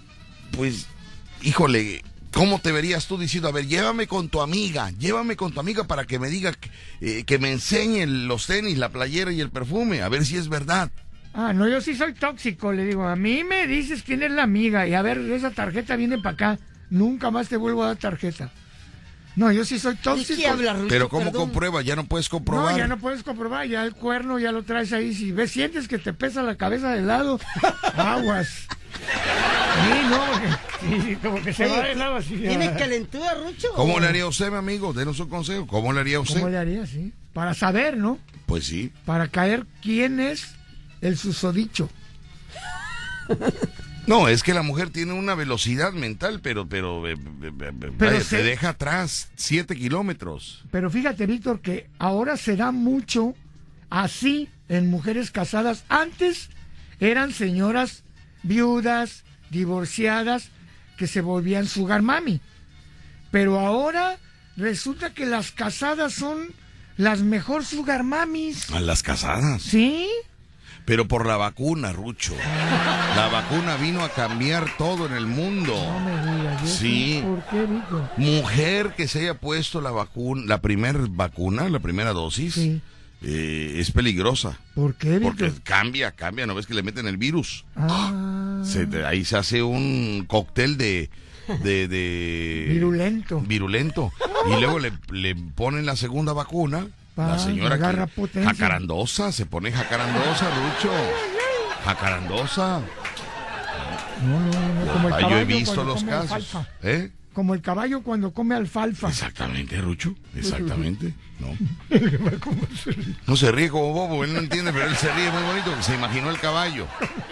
híjole, ¿cómo te verías tú diciendo, a ver, llévame con tu amiga para que me diga, que me enseñe los tenis, la playera y el perfume, a ver si es verdad? No, yo sí soy tóxico, le digo, a mí me dices quién es la amiga y a ver, esa tarjeta viene para acá, nunca más te vuelvo a dar tarjeta. No, yo sí soy tóxico. ¿De qué habla, Rucho? Pero ¿cómo compruebas? Ya no puedes comprobar. No, ya no puedes comprobar, ya el cuerno ya lo traes ahí, si sientes que te pesa la cabeza de lado, aguas. Sí, como que se va de lado así. ¿Tienes calentura, Rucho? ¿Cómo le haría usted, mi amigo? Denos un consejo, ¿cómo le haría usted? ¿Cómo le haría, sí? Para saber, ¿no? Pues sí. Para caer quién es el susodicho. No, es que la mujer tiene una velocidad mental, pero se deja atrás 7 kilómetros. Pero fíjate, Víctor, que ahora se da mucho así en mujeres casadas. Antes eran señoras viudas, divorciadas, que se volvían sugar mami. Pero ahora resulta que las casadas son las mejor sugar mamis. ¿A las casadas? ¿Sí? Pero por la vacuna, Rucho. La vacuna vino a cambiar todo en el mundo. No me digas. Sí. ¿Por qué, Vico? Mujer que se haya puesto la vacuna, la primera dosis, Sí. Es peligrosa. ¿Por qué, Vico? Porque cambia, ¿no ves que le meten el virus? Ah, Ahí se hace un cóctel de virulento. Y luego le ponen la segunda vacuna. La señora agarra potencia. jacarandosa, se pone jacarandosa, Rucho. Jacarandosa. No, como el Yo caballo he visto cuando los come casos. alfalfa. ¿Eh? Como el caballo cuando come alfalfa. Exactamente, Rucho. Exactamente. No. No se ríe como bobo, él no entiende, pero él se ríe muy bonito, se imaginó el caballo.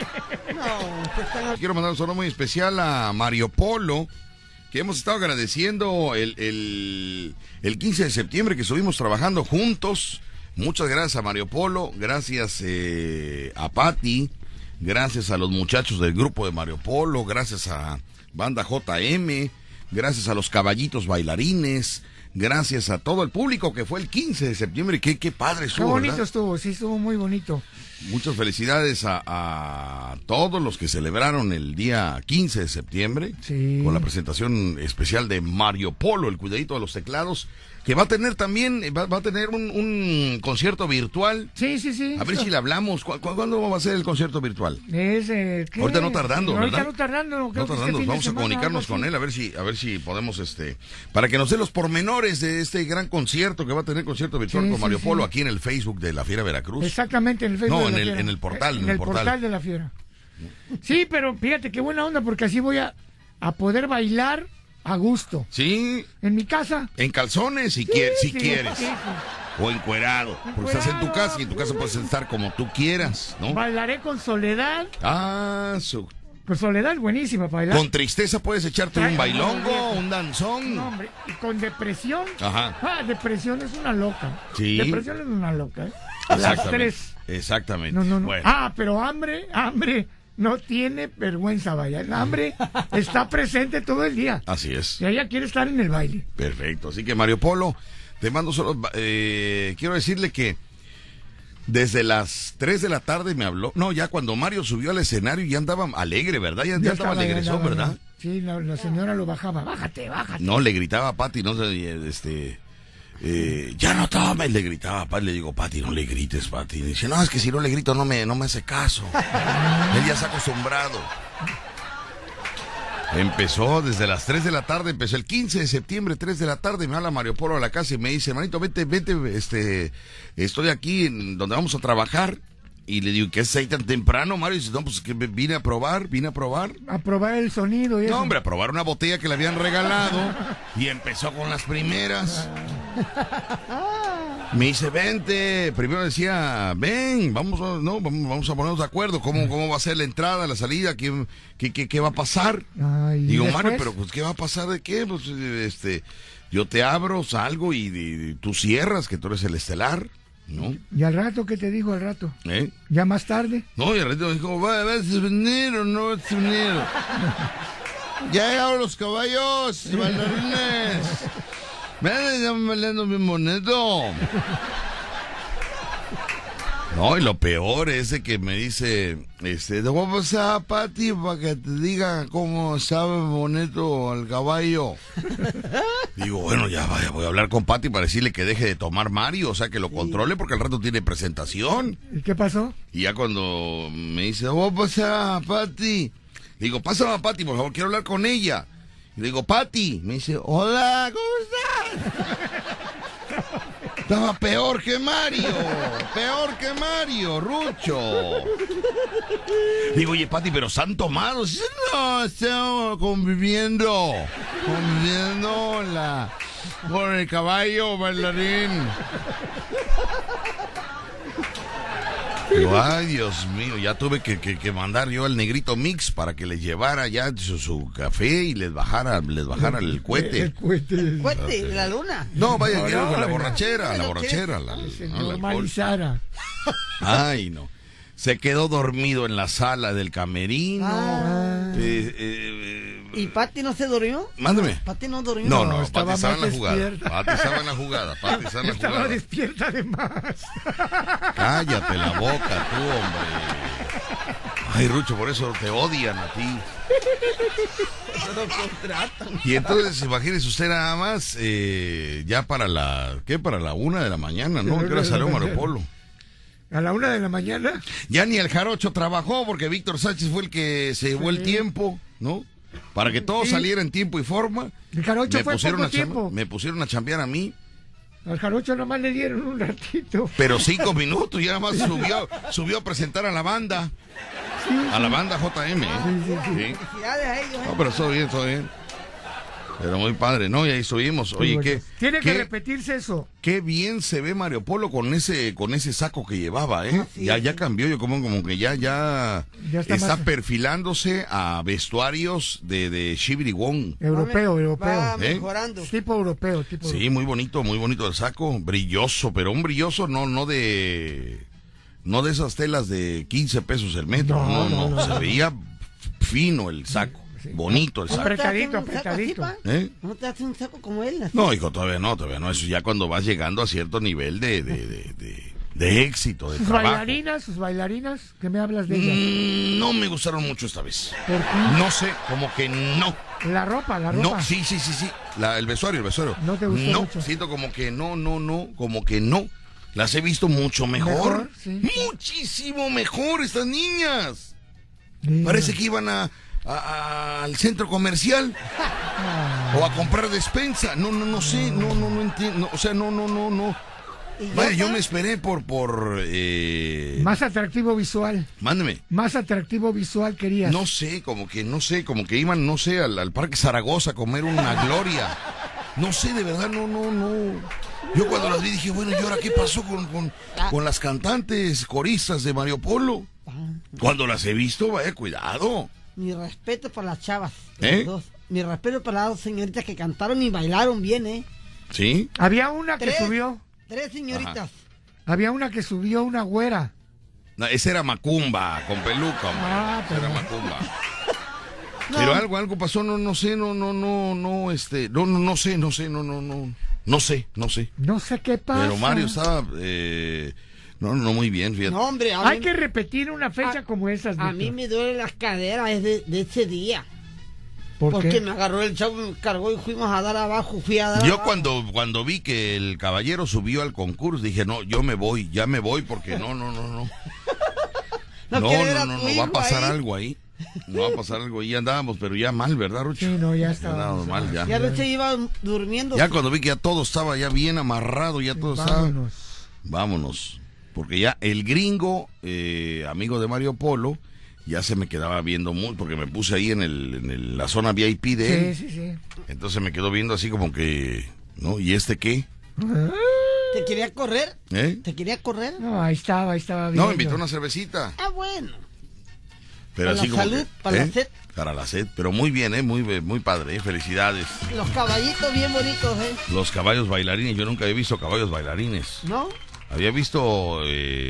Quiero mandar un saludo muy especial a Mario Polo, que hemos estado agradeciendo el 15 de septiembre que estuvimos trabajando juntos. Muchas gracias a Mario Polo, gracias a Patti, gracias a los muchachos del grupo de Mario Polo, gracias a Banda JM, gracias a los caballitos bailarines, gracias a todo el público que fue el 15 de septiembre. Qué padre estuvo, Qué bonito ¿verdad? estuvo, sí, estuvo muy bonito. Muchas felicidades a todos los que celebraron el día 15 de septiembre, Sí. con la presentación especial de Mario Polo, el cuidadito de los teclados, que va a tener también, va a tener un concierto virtual. Sí. A ver si le hablamos. ¿Cuándo va a ser el concierto virtual? ¿Qué? Ahorita no tardando, ¿verdad? Ahorita no tardando. Creo que este fin de Vamos a semana, comunicarnos algo con así. él, a ver si podemos, para que nos dé los pormenores de este gran concierto que va a tener concierto virtual Sí, con sí, Mario sí. Polo aquí en el Facebook de la Fiera Veracruz. Exactamente, en el Facebook. No, de la en Fiera. el portal, En el portal de la Fiera. Sí, pero fíjate qué buena onda, porque así voy a poder bailar a gusto. Sí, En mi casa. en calzones si quieres. Sí, sí. O encuerado. Porque estás en tu casa y en tu casa puedes estar como tú quieras, ¿no? Bailaré con Soledad. Pues Soledad es buenísima para bailar. Con tristeza puedes echarte un bailongo, un danzón. No, hombre, y con depresión. Ajá. Depresión es una loca. Sí. Depresión es una loca, ¿eh? Las Exactamente. tres. Exactamente. No. Bueno. Pero hambre no tiene vergüenza, vaya. El hambre está presente todo el día. Así es. Y ella quiere estar en el baile. Perfecto. Así que Mario Polo, te mando solo. Quiero decirle que desde las 3 de la tarde me habló. No, ya cuando Mario subió al escenario ya andaba alegre, ¿verdad? Ya andaba alegrezón, ¿verdad? Sí, la señora lo bajaba. Bájate. No, le gritaba a Pati, no sé, ya no tomes, le gritaba a Pati, le digo, Pati, no le grites, Pati. Dice, no, es que si no le grito no me hace caso. Él ya se ha acostumbrado. Empezó desde las 3 de la tarde, empezó el 15 de septiembre, 3 de la tarde, me habla Mario Polo a la casa y me dice, hermanito, vete, estoy aquí en donde vamos a trabajar. Y le digo, ¿qué es ahí tan temprano, Mario? Y dice, no, pues que vine a probar. A probar el sonido y eso. No, hombre, a probar una botella que le habían regalado. Y empezó con las primeras. Me dice, vente. Primero decía, ven, vamos a ponernos de acuerdo. ¿Cómo va a ser la entrada, la salida? ¿Qué va a pasar? Ay, Digo, ¿y Mario, después? pero pues, ¿qué va a pasar de qué? Pues, yo te abro, salgo y tú cierras, que tú eres el estelar, ¿no? ¿Y al rato qué te dijo al rato? ¿Eh? ¿Ya más tarde? No, y al rato me dijo, ¿vas a venir o no vas a venir? Ya llegaron los caballos, bailarines. Ven, ya me bailando bien bonito. No, y lo peor es de que me dice, te voy a pasar a Pati para que te diga cómo sabe bonito el caballo. Digo, bueno, ya vaya, voy a hablar con Pati para decirle que deje de tomar Mario, o sea, que lo controle porque al rato tiene presentación. ¿Y qué pasó? Y ya cuando me dice, voy a pasar a Pati. Digo, pásame a Pati, por favor, quiero hablar con ella. Y le digo, Pati. Me dice, hola, ¿cómo estás? Estaba peor que Mario, Rucho. Digo, oye, Pati, pero ¿se han tomado? Dice, no, estamos conviviendo con el caballo bailarín. Digo, ay, Dios mío, ya tuve que mandar yo al Negrito Mix para que les llevara ya su café y les bajara el cohete. El cohete. Cuente, la luna. No, vaya, No, quiero no, la no. borrachera, Se ¿no? El alcohol. normalizara. Ay, no. Se quedó dormido en la sala del camerino. ¿Y Pati no se durmió? Mándeme. ¿Pati no durmió? No, Pati estaba estaba en la más jugada. despierta. Pati estaba en la jugada. Estaba despierta de más. Cállate la boca, tú, hombre. Ay, Rucho, por eso te odian a ti. Lo contratan. Y entonces, imagínese usted nada más, ya para la 1 de la mañana, ¿no? ¿Qué hora salió Mario Polo? A la 1 de la mañana. Ya ni el jarocho trabajó porque Víctor Sánchez fue el que se llevó el tiempo, ¿no? Para que todo saliera en tiempo y forma. El jarocho fue poco tiempo. Me pusieron a chambear a mí. Al jarocho nomás le dieron un ratito. Pero 5 minutos, ya nada más subió a presentar a la banda. A la banda JM. Sí. Felicidades a ellos. No, pero todo bien. Pero muy padre, ¿no? Y ahí subimos. Oye, ¿qué? Tiene que repetirse eso. Qué bien se ve Mario Polo con ese saco que llevaba, ¿eh? Sí, ya cambió, yo como que ya está más perfilándose a vestuarios de Shibiri Wong. Europeo. Va mejorando. Tipo europeo. Sí, muy bonito el saco, brilloso, pero un brilloso no de esas telas de 15 pesos el metro, no. Se veía fino el saco. Sí. Bonito el saco. Apretadito. ¿No te hace un saco como él? Así? No, hijo, todavía no. Eso ya cuando vas llegando a cierto nivel de éxito, de trabajo. Sus bailarinas, ¿qué me hablas de ellas? No me gustaron mucho esta vez. ¿Por qué? No sé, como que no. La ropa. No, sí. El vestuario. ¿No te gustó mucho? Siento como que no, como que no. Las he visto mucho mejor. Sí. Muchísimo mejor estas niñas. Parece que iban al centro comercial o a comprar despensa. No sé, no entiendo. O sea, no. Vaya, yo me esperé por más atractivo visual. Mándeme. Más atractivo visual querías. No sé, como que iban, al Parque Zaragoza a comer una gloria. No sé, de verdad, no. Yo cuando las vi dije, bueno, ¿y ahora qué pasó con las cantantes coristas de Mario Polo? Cuando las he visto, vaya, cuidado. Mi respeto para las chavas. ¿Eh? Las dos. Mi respeto para las dos señoritas que cantaron y bailaron bien, ¿eh? ¿Sí? Había una que subió. 3 señoritas. Ajá. Había una que subió, una güera. No, esa era Macumba, con peluca, hombre. Esa era Macumba. No. Pero algo pasó, no sé. No sé qué pasa. Pero Mario estaba, no muy bien, fíjate. No, hombre, hay que repetir una fecha como esas. A mí me duelen las caderas de ese día. Porque qué? Me agarró el chavo, me cargó y fuimos a dar abajo, Yo cuando vi que el caballero subió al concurso, dije, no, ya me voy, porque no. No va a pasar algo ahí. No va a pasar algo ahí, andábamos, pero ya mal, ¿verdad, Rucho? Sí, no, ya estábamos mal, ya. Ya Rucho iba durmiendo. Ya cuando vi que ya todo estaba ya bien amarrado, ya todo estaba... Vámonos. Porque ya el gringo, amigo de Mario Polo, ya se me quedaba viendo muy, porque me puse ahí en la zona VIP de él. Sí. Entonces me quedó viendo así como que, ¿no? ¿Y este qué? ¿Te quería correr? ¿Te quería correr? No, ahí estaba viendo. No, me invitó una cervecita. Ah, bueno. Pero para así la como salud, que, para la sed. Para la sed, pero muy bien, muy padre, felicidades. Los caballitos bien bonitos, Los caballos bailarines, yo nunca había visto caballos bailarines. ¿No? Había visto,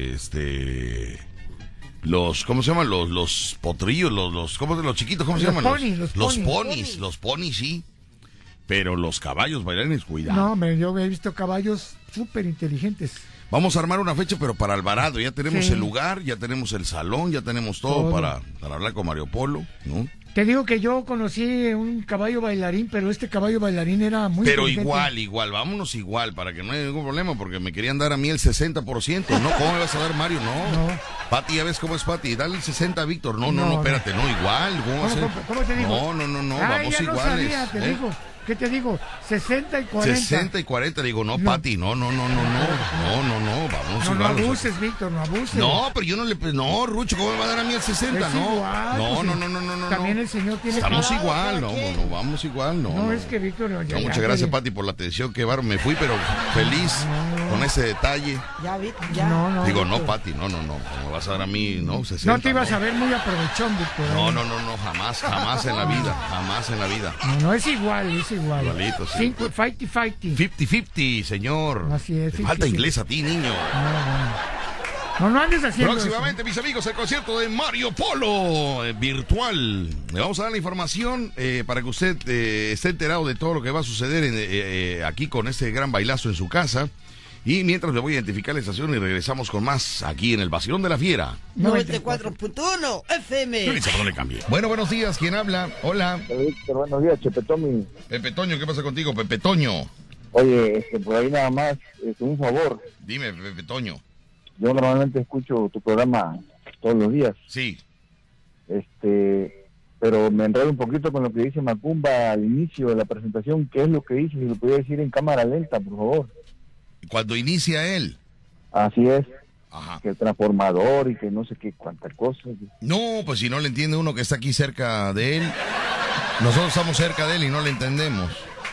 los, ¿cómo se llaman? Los potrillos, los chiquitos, ¿cómo se llaman? Los ponis, sí. Pero los caballos bailarines, cuidado. No, hombre, yo he visto caballos súper inteligentes. Vamos a armar una fecha, pero para Alvarado. Ya tenemos el lugar, ya tenemos el salón, ya tenemos todo. para hablar con Mario Polo, ¿no? Te digo que yo conocí un caballo bailarín, pero este caballo bailarín era muy inteligente. Igual, vámonos igual, para que no haya ningún problema, porque me querían dar a mí el 60%, ¿no? ¿Cómo me vas a dar, Mario? No. Pati, ya ves cómo es Pati, dale el 60 a Víctor. No, espérate, no, igual. ¿Cómo te digo? No, vamos iguales. No sabía, te digo. ¿Qué te digo? 60 y 40. 60 y 40, digo, no, Pati, no, vamos igual. No abuses, Víctor, no abuses. No, pero yo no le... No, Rucho, ¿cómo me va a dar a mí el 60? Es igual, no. También el señor tiene... Estamos igual, vamos igual, no. No, es que Víctor... Muchas gracias, Pati, por la atención, qué bárbaro. Me fui, pero feliz con ese detalle. Ya. No. Digo, no, Pati, no. Me vas a dar a mí, no, 60. No te ibas a ver muy aprovechón, Víctor. No, jamás en la vida. No, es igual. Igualito, sí. 50-50. 50-50, señor. Así es. Te falta inglés a ti, niño. No. No andes haciendo Próximamente, mis amigos, el concierto de Mario Polo virtual. Le vamos a dar la información para que usted esté enterado de todo lo que va a suceder aquí con este gran bailazo en su casa. Y mientras le voy a identificar la estación y regresamos con más aquí en el Vacilón de la Fiera. 94.1 FM. No le cambie. Bueno, buenos días. ¿Quién habla? Hola. Buenos días, Chepe Tommy. Pepe Toño, ¿qué pasa contigo, Pepe Toño? Oye, por ahí nada más, un favor. Dime, Pepe Toño. Yo normalmente escucho tu programa todos los días. Sí. Pero me enredo un poquito con lo que dice Macumba al inicio de la presentación. ¿Qué es lo que dice? Si lo pudiera decir en cámara lenta, por favor. Cuando inicia él. Así es. Ajá. Que el transformador y que no sé qué, cuántas cosas. No, pues si no le entiende uno que está aquí cerca de él. Nosotros estamos cerca de él y no le entendemos.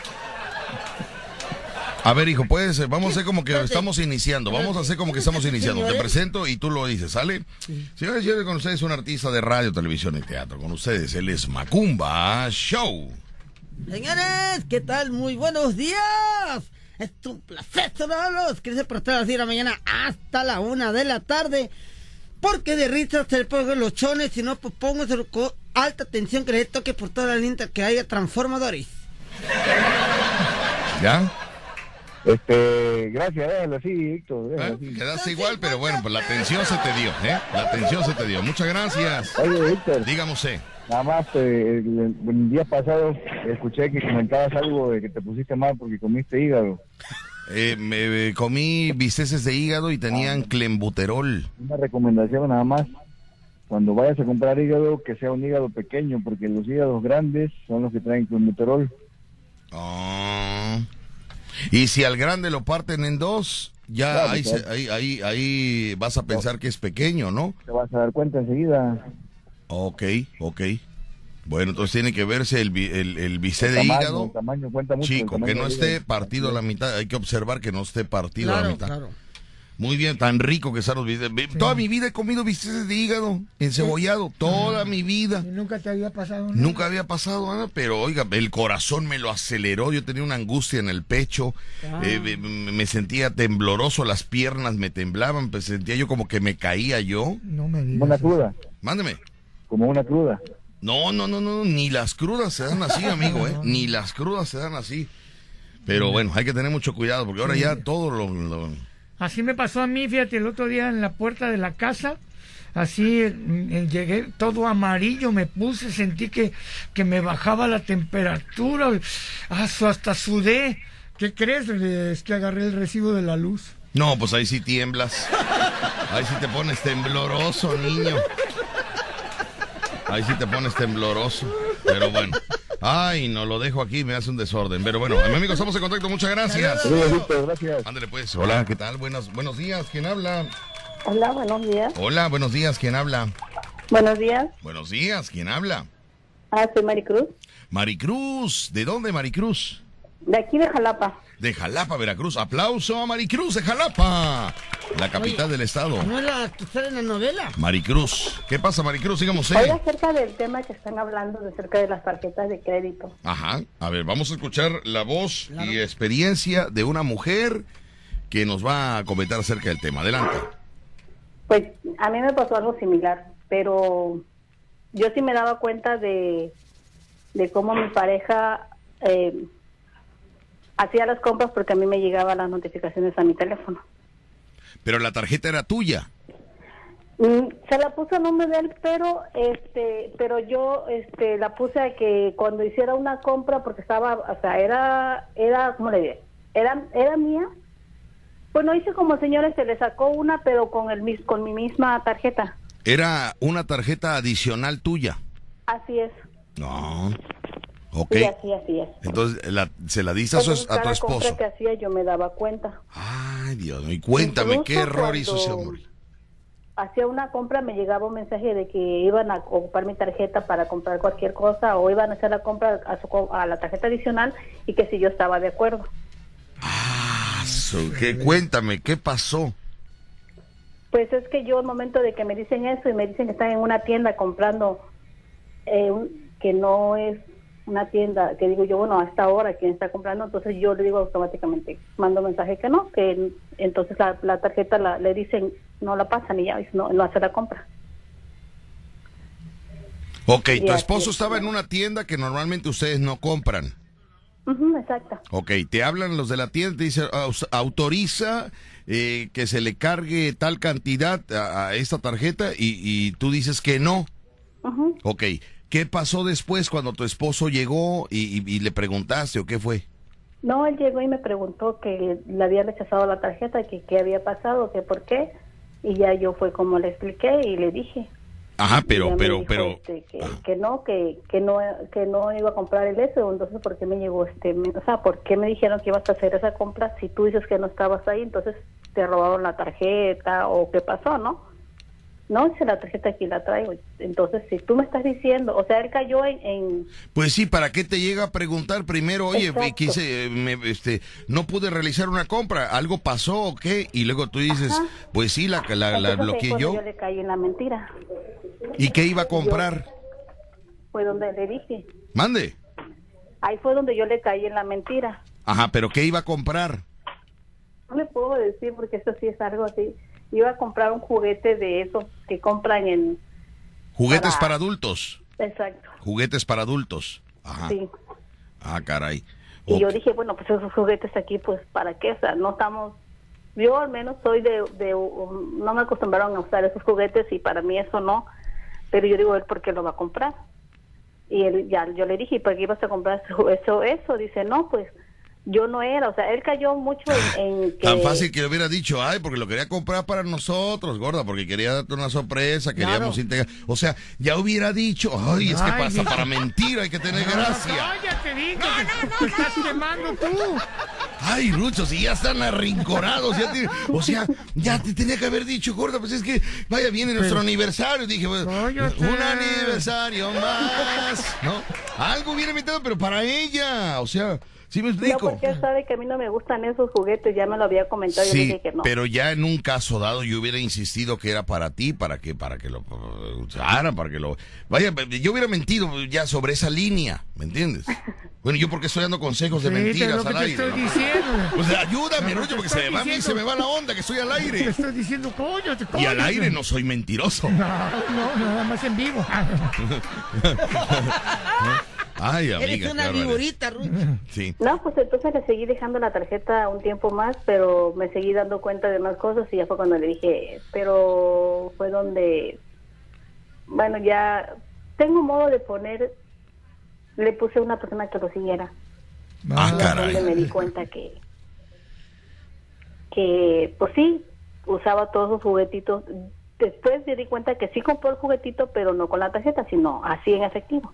A ver, hijo, puedes, vamos a hacer como que estamos iniciando. Vamos a hacer como que estamos iniciando. Te presento y tú lo dices, ¿sale? Señores y señores, con ustedes un artista de radio, televisión y teatro. Con ustedes, él es Macumba Show. Señores, ¿qué tal? Muy buenos días. Es un placer saludarlos. Que se prestar así de la mañana hasta la 1 de la tarde. Porque de risa se le ponen los chones. Si no, pues pónganse con alta tensión que le toque por toda la línea que haya transformadores. ¿Ya? Gracias, déjalo así, Víctor. Quedaste igual, pero bueno, pues la atención se te dio, ¿eh? La atención se te dio. Muchas gracias. Oye, Víctor. Dígame usted. Nada más, el día pasado escuché que comentabas algo de que te pusiste mal porque comiste hígado. Me comí bisteces de hígado y tenían clenbuterol. Una recomendación nada más. Cuando vayas a comprar hígado, que sea un hígado pequeño, porque los hígados grandes son los que traen clenbuterol. Oh. Y si al grande lo parten en dos, ya claro, ahí vas a pensar que es pequeño, ¿no? Te vas a dar cuenta enseguida. Ok. Bueno, entonces tiene que verse el bistec de hígado. El tamaño cuenta mucho. Chico, que no esté partido a la mitad. Hay que observar que no esté partido a la mitad. Claro. Muy bien, tan rico que están los bisteces. Sí. Toda mi vida he comido bisteces de hígado encebollado, toda mi vida. ¿Y nunca te había pasado nada? Nunca había pasado nada, pero oiga, el corazón me lo aceleró, yo tenía una angustia en el pecho, me sentía tembloroso, las piernas me temblaban, pues sentía yo como que me caía yo. No me digas. Como una cruda. Mándeme. Como una cruda. No, ni las crudas se dan así, amigo, ni las crudas se dan así. Pero bueno, hay que tener mucho cuidado, porque ahora ya todo lo... Así me pasó a mí, fíjate, el otro día en la puerta de la casa, así llegué todo amarillo, me puse, sentí que me bajaba la temperatura, hasta sudé. ¿Qué crees? Es que agarré el recibo de la luz. No, pues ahí sí tiemblas. Ahí sí te pones tembloroso, niño. Ahí sí te pones tembloroso. Pero bueno. Ay, no lo dejo aquí, me hace un desorden. Pero bueno, mi amigo, estamos en contacto. Muchas gracias. Gracias. Ándale pues. Hola, ¿qué tal? Buenos días. ¿Quién habla? Hola, buenos días. Hola, buenos días. ¿Quién habla? Buenos días. Buenos días. ¿Quién habla? Soy Maricruz. Maricruz. ¿De dónde, Maricruz? De aquí de Jalapa. De Jalapa, Veracruz. Aplauso a Maricruz de Jalapa, la capital del estado. ¿No es la que sale en la novela? Maricruz. ¿Qué pasa, Maricruz? Sigamos. Hoy acerca del tema que están hablando, acerca de las tarjetas de crédito. Ajá. A ver, vamos a escuchar la voz y experiencia de una mujer que nos va a comentar acerca del tema. Adelante. Pues a mí me pasó algo similar, pero yo sí me daba cuenta de cómo mi pareja hacía las compras, porque a mí me llegaban las notificaciones a mi teléfono. Pero la tarjeta era tuya. Se la puso a nombre de él, pero yo la puse a que cuando hiciera una compra, porque estaba, o sea, era ¿cómo le diré? Era mía. Bueno, hice como señores, se le sacó una, pero con mi misma tarjeta. Era una tarjeta adicional tuya. Así es. No. Ok. Sí, así es. Entonces, se la diste a tu esposo. Cada compra que hacía yo me daba cuenta. Ay, Dios mío. Y cuéntame, ¿qué error hizo ese hombre? Hacía una compra, me llegaba un mensaje de que iban a ocupar mi tarjeta para comprar cualquier cosa, o iban a hacer la compra a la tarjeta adicional, y que si yo estaba de acuerdo. Cuéntame, ¿qué pasó? Pues es que yo, al momento de que me dicen eso y me dicen que están en una tienda comprando que no es una tienda que digo yo, bueno, a esta hora, ¿quién está comprando? Entonces yo le digo automáticamente, mando mensaje que no, que entonces la tarjeta le dicen, no la pasan y ya, no hace la compra. Ok, tu esposo estaba en una tienda que normalmente ustedes no compran. Exacto. Ok, te hablan los de la tienda, te dicen, autoriza que se le cargue tal cantidad a esta tarjeta y tú dices que no. Ok, ¿qué pasó después cuando tu esposo llegó y le preguntaste o qué fue? No, él llegó y me preguntó que le había rechazado la tarjeta, que qué había pasado, que por qué, y ya yo fue como le expliqué y le dije. Ajá, pero que no iba a comprar el eso, entonces ¿por qué me llegó o sea, ¿por qué me dijeron que ibas a hacer esa compra si tú dices que no estabas ahí? Entonces te robaron la tarjeta o qué pasó, ¿no? No, si la tarjeta aquí la traigo. Entonces, si tú me estás diciendo, o sea, él cayó en... Pues sí, ¿para qué te llega a preguntar primero? Oye, no pude realizar una compra, ¿algo pasó o qué? Y luego tú dices, pues sí, la bloqueé yo. Yo le caí en la mentira. ¿Y qué iba a comprar? Fue donde le dije. Mande. Ahí fue donde yo le caí en la mentira. Ajá, ¿pero qué iba a comprar? No le puedo decir porque eso sí es algo así. Iba a comprar un juguete de esos que compran en... ¿Juguetes para adultos? Exacto. Juguetes para adultos. Ajá. Sí. Ah, caray. Y yo dije, bueno, pues esos juguetes aquí, pues, ¿para qué? O sea, no estamos... Yo al menos soy no me acostumbraron a usar esos juguetes y para mí eso no. Pero yo digo, ¿él por qué lo va a comprar? Y él, yo le dije, ¿por qué ibas a comprar eso? Dice, no, pues... Yo no era, o sea, él cayó mucho en que... Tan fácil que le hubiera dicho, ay, porque lo quería comprar para nosotros, gorda, porque quería darte una sorpresa, queríamos integrar... O sea, ya hubiera dicho, ay, es que pasa para mentir, hay que tener gracia. Cállate, Vico, te estás quemando tú. Ay, Rucho, si ya están arrinconados, o sea, ya te tenía que haber dicho, gorda, pues es que, vaya, viene nuestro aniversario, dije, pues, un aniversario más, ¿no? Algo viene inventado, pero para ella, o sea... ¿Sí me explico? No, porque él sabe que a mí no me gustan esos juguetes, ya me lo había comentado, sí, yo le dije que no. Pero ya en un caso dado yo hubiera insistido que era para ti, para que lo usaran, para que lo... Vaya, yo hubiera mentido ya sobre esa línea, ¿me entiendes? Bueno, yo porque estoy dando consejos de mentiras al aire. Estoy diciendo. Pues ayúdame, Rucho, porque se me va la onda, que estoy al aire. Te estoy diciendo, coño. Y al aire no soy mentiroso. No, nada más en vivo. Ay, amiga. Eres una viborita, Rucho. Sí. No, pues entonces le seguí dejando la tarjeta un tiempo más, pero me seguí dando cuenta de más cosas y ya fue cuando le dije, pero fue donde, bueno, ya tengo modo de poner, le puse a una persona que lo siguiera. Caray. Donde me di cuenta que pues sí, usaba todos sus juguetitos. Después me di cuenta que sí compró el juguetito, pero no con la tarjeta, sino así en efectivo.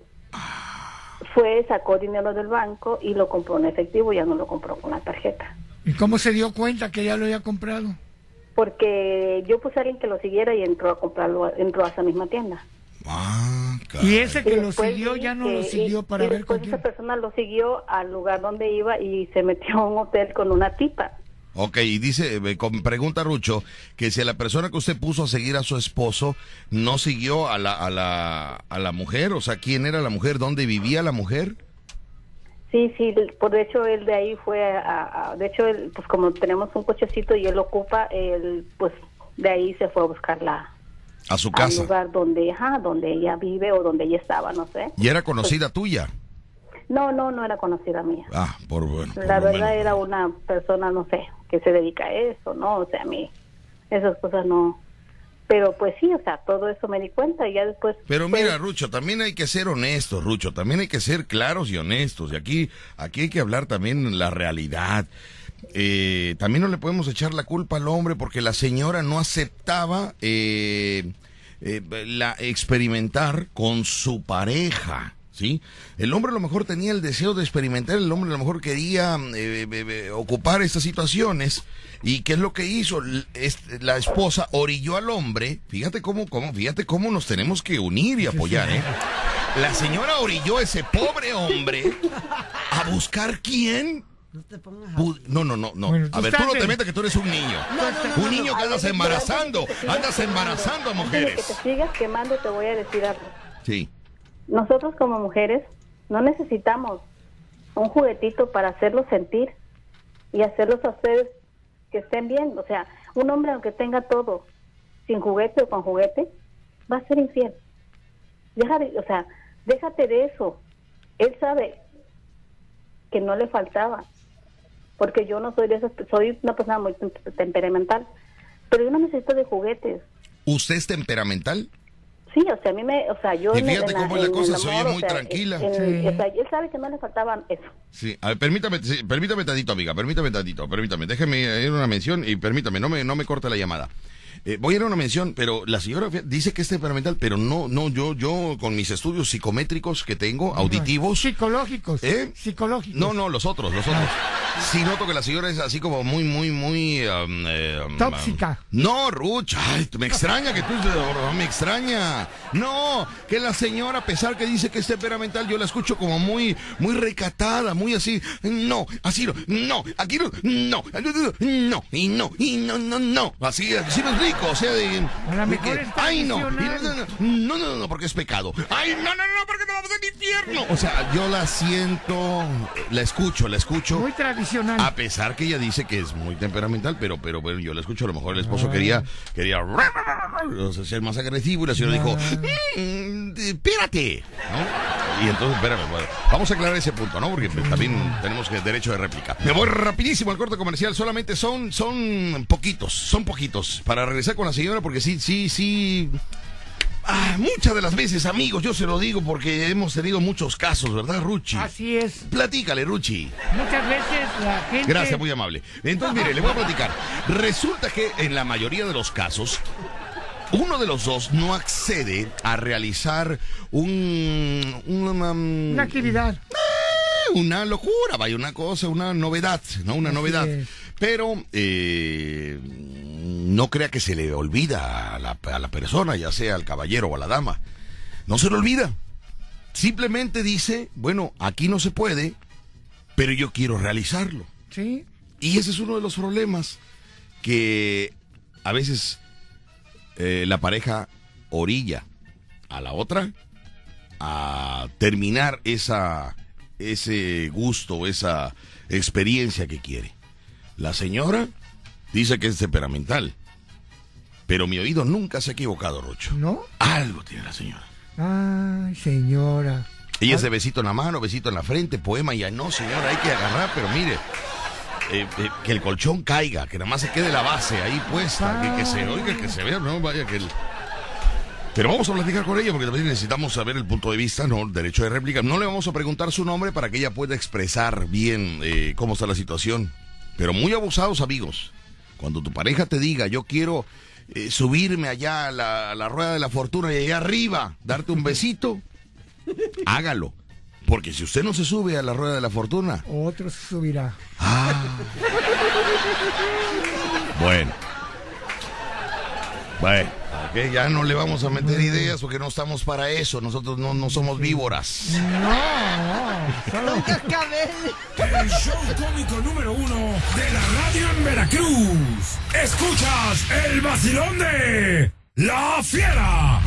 Sacó dinero del banco y lo compró en efectivo, ya no lo compró con la tarjeta. ¿Y cómo se dio cuenta que ya lo había comprado? Porque yo puse a alguien que lo siguiera y entró a comprarlo, entró a esa misma tienda. Caray. Y ese que lo siguió ya no lo siguió para ver con quién. Esa persona lo siguió al lugar donde iba y se metió a un hotel con una tipa. Ok, y dice, pregunta Rucho, que si la persona que usted puso a seguir a su esposo no siguió a la mujer, o sea, ¿quién era la mujer? ¿Dónde vivía la mujer? Sí, por de hecho él de ahí fue de hecho él, pues como tenemos un cochecito y él lo ocupa, él pues de ahí se fue a buscarla a su casa, al lugar donde ella vive o donde ella estaba, no sé. ¿Y era conocida tuya? No era conocida mía. Por la verdad era una persona, no sé, que se dedica a eso, ¿no? O sea, a mí esas cosas no. Pero pues sí, o sea, todo eso me di cuenta y ya después... Pero mira, Rucho, también hay que ser honestos, Rucho, también hay que ser claros y honestos. Y aquí hay que hablar también la realidad. También no le podemos echar la culpa al hombre porque la señora no aceptaba experimentar con su pareja. ¿Sí? El hombre a lo mejor tenía el deseo de experimentar, el hombre a lo mejor quería ocupar estas situaciones. ¿Y qué es lo que hizo? La esposa orilló al hombre. Fíjate cómo nos tenemos que unir y apoyar, ¿eh? La señora orilló a ese pobre hombre a buscar quién. No te pongas No. Bueno, a ver, tú no te metas que tú eres un niño. Un niño que andas embarazando a mujeres. Que te sigas quemando, te voy a decir algo. Sí. Nosotros como mujeres No necesitamos un juguetito para hacerlos sentir y hacerlos a ustedes que estén bien. O sea, un hombre aunque tenga todo, sin juguete o con juguete, va a ser infiel. Déjate de eso. Él sabe que no le faltaba, porque yo no soy de esas, soy una persona muy temperamental, pero yo no necesito de juguetes. ¿Usted es temperamental? Sí, yo... Y fíjate cómo la cosa se oye muy tranquila. Él sabe que no le faltaban eso. Sí, a ver, permítame tantito, amiga, permítame, déjeme ir a una mención y permítame, no me corte la llamada. Voy a ir a una mención, pero la señora dice que es temperamental, pero no, yo con mis estudios psicométricos que tengo, auditivos. Psicológicos. Psicológicos. No, los otros. Sí noto que la señora es así como muy... tóxica. No, Ruch, ay, me extraña que tú... Me extraña. No, que la señora, a pesar que dice que es temperamental, yo la escucho como muy recatada, muy así. No, así no, aquí no, no. Así me explico, o sea, a lo mejor ay, no, porque es pecado. Ay, no, porque te vamos al infierno. O sea, yo la siento, la escucho. Muy tradicional. A pesar que ella dice que es muy temperamental, pero bueno, yo la escucho, a lo mejor el esposo quería ser más agresivo y la señora dijo, espérate, ¿no? Y entonces, espérame, bueno, vamos a aclarar ese punto, ¿no? Porque también tenemos derecho de réplica. Me voy rapidísimo al corte comercial, solamente son poquitos, para regresar con la señora, porque sí. Muchas de las veces, amigos, yo se lo digo porque hemos tenido muchos casos, ¿verdad, Ruchi? Así es. Platícale, Ruchi. Muchas veces la gente... Gracias, muy amable. Entonces, mire, le voy a platicar. Resulta que en la mayoría de los casos, uno de los dos no accede a realizar una actividad. Una locura, vaya, una cosa, una novedad, ¿no? Una novedad. Pero no crea que se le olvida a la persona, ya sea al caballero o a la dama. No se le olvida. Simplemente dice, bueno, aquí no se puede, pero yo quiero realizarlo. Sí. Y ese es uno de los problemas que a veces la pareja orilla a la otra a terminar ese gusto, esa experiencia que quiere. La señora dice que es temperamental, pero mi oído nunca se ha equivocado, Rocho. ¿No? Algo tiene la señora. Ay, señora. Ella es de besito en la mano, besito en la frente, poema, ya no, señora, hay que agarrar, pero mire, que el colchón caiga, que nada más se quede la base ahí puesta, que se oiga, que se vea, no, vaya que el... Pero vamos a platicar con ella porque también necesitamos saber el punto de vista, no, el derecho de réplica. No le vamos a preguntar su nombre para que ella pueda expresar bien cómo está la situación. Pero muy abusados, amigos. Cuando tu pareja te diga, yo quiero subirme allá a la rueda de la fortuna y allá arriba, darte un besito, hágalo. Porque si usted no se sube a la rueda de la fortuna, otro se subirá. Bueno, okay, ya no le vamos a meter ideas porque no estamos para eso. Nosotros no somos víboras. Solo un cascabel. El show cómico número 1 de la radio en Veracruz. Escuchas el vacilón de La Fiera.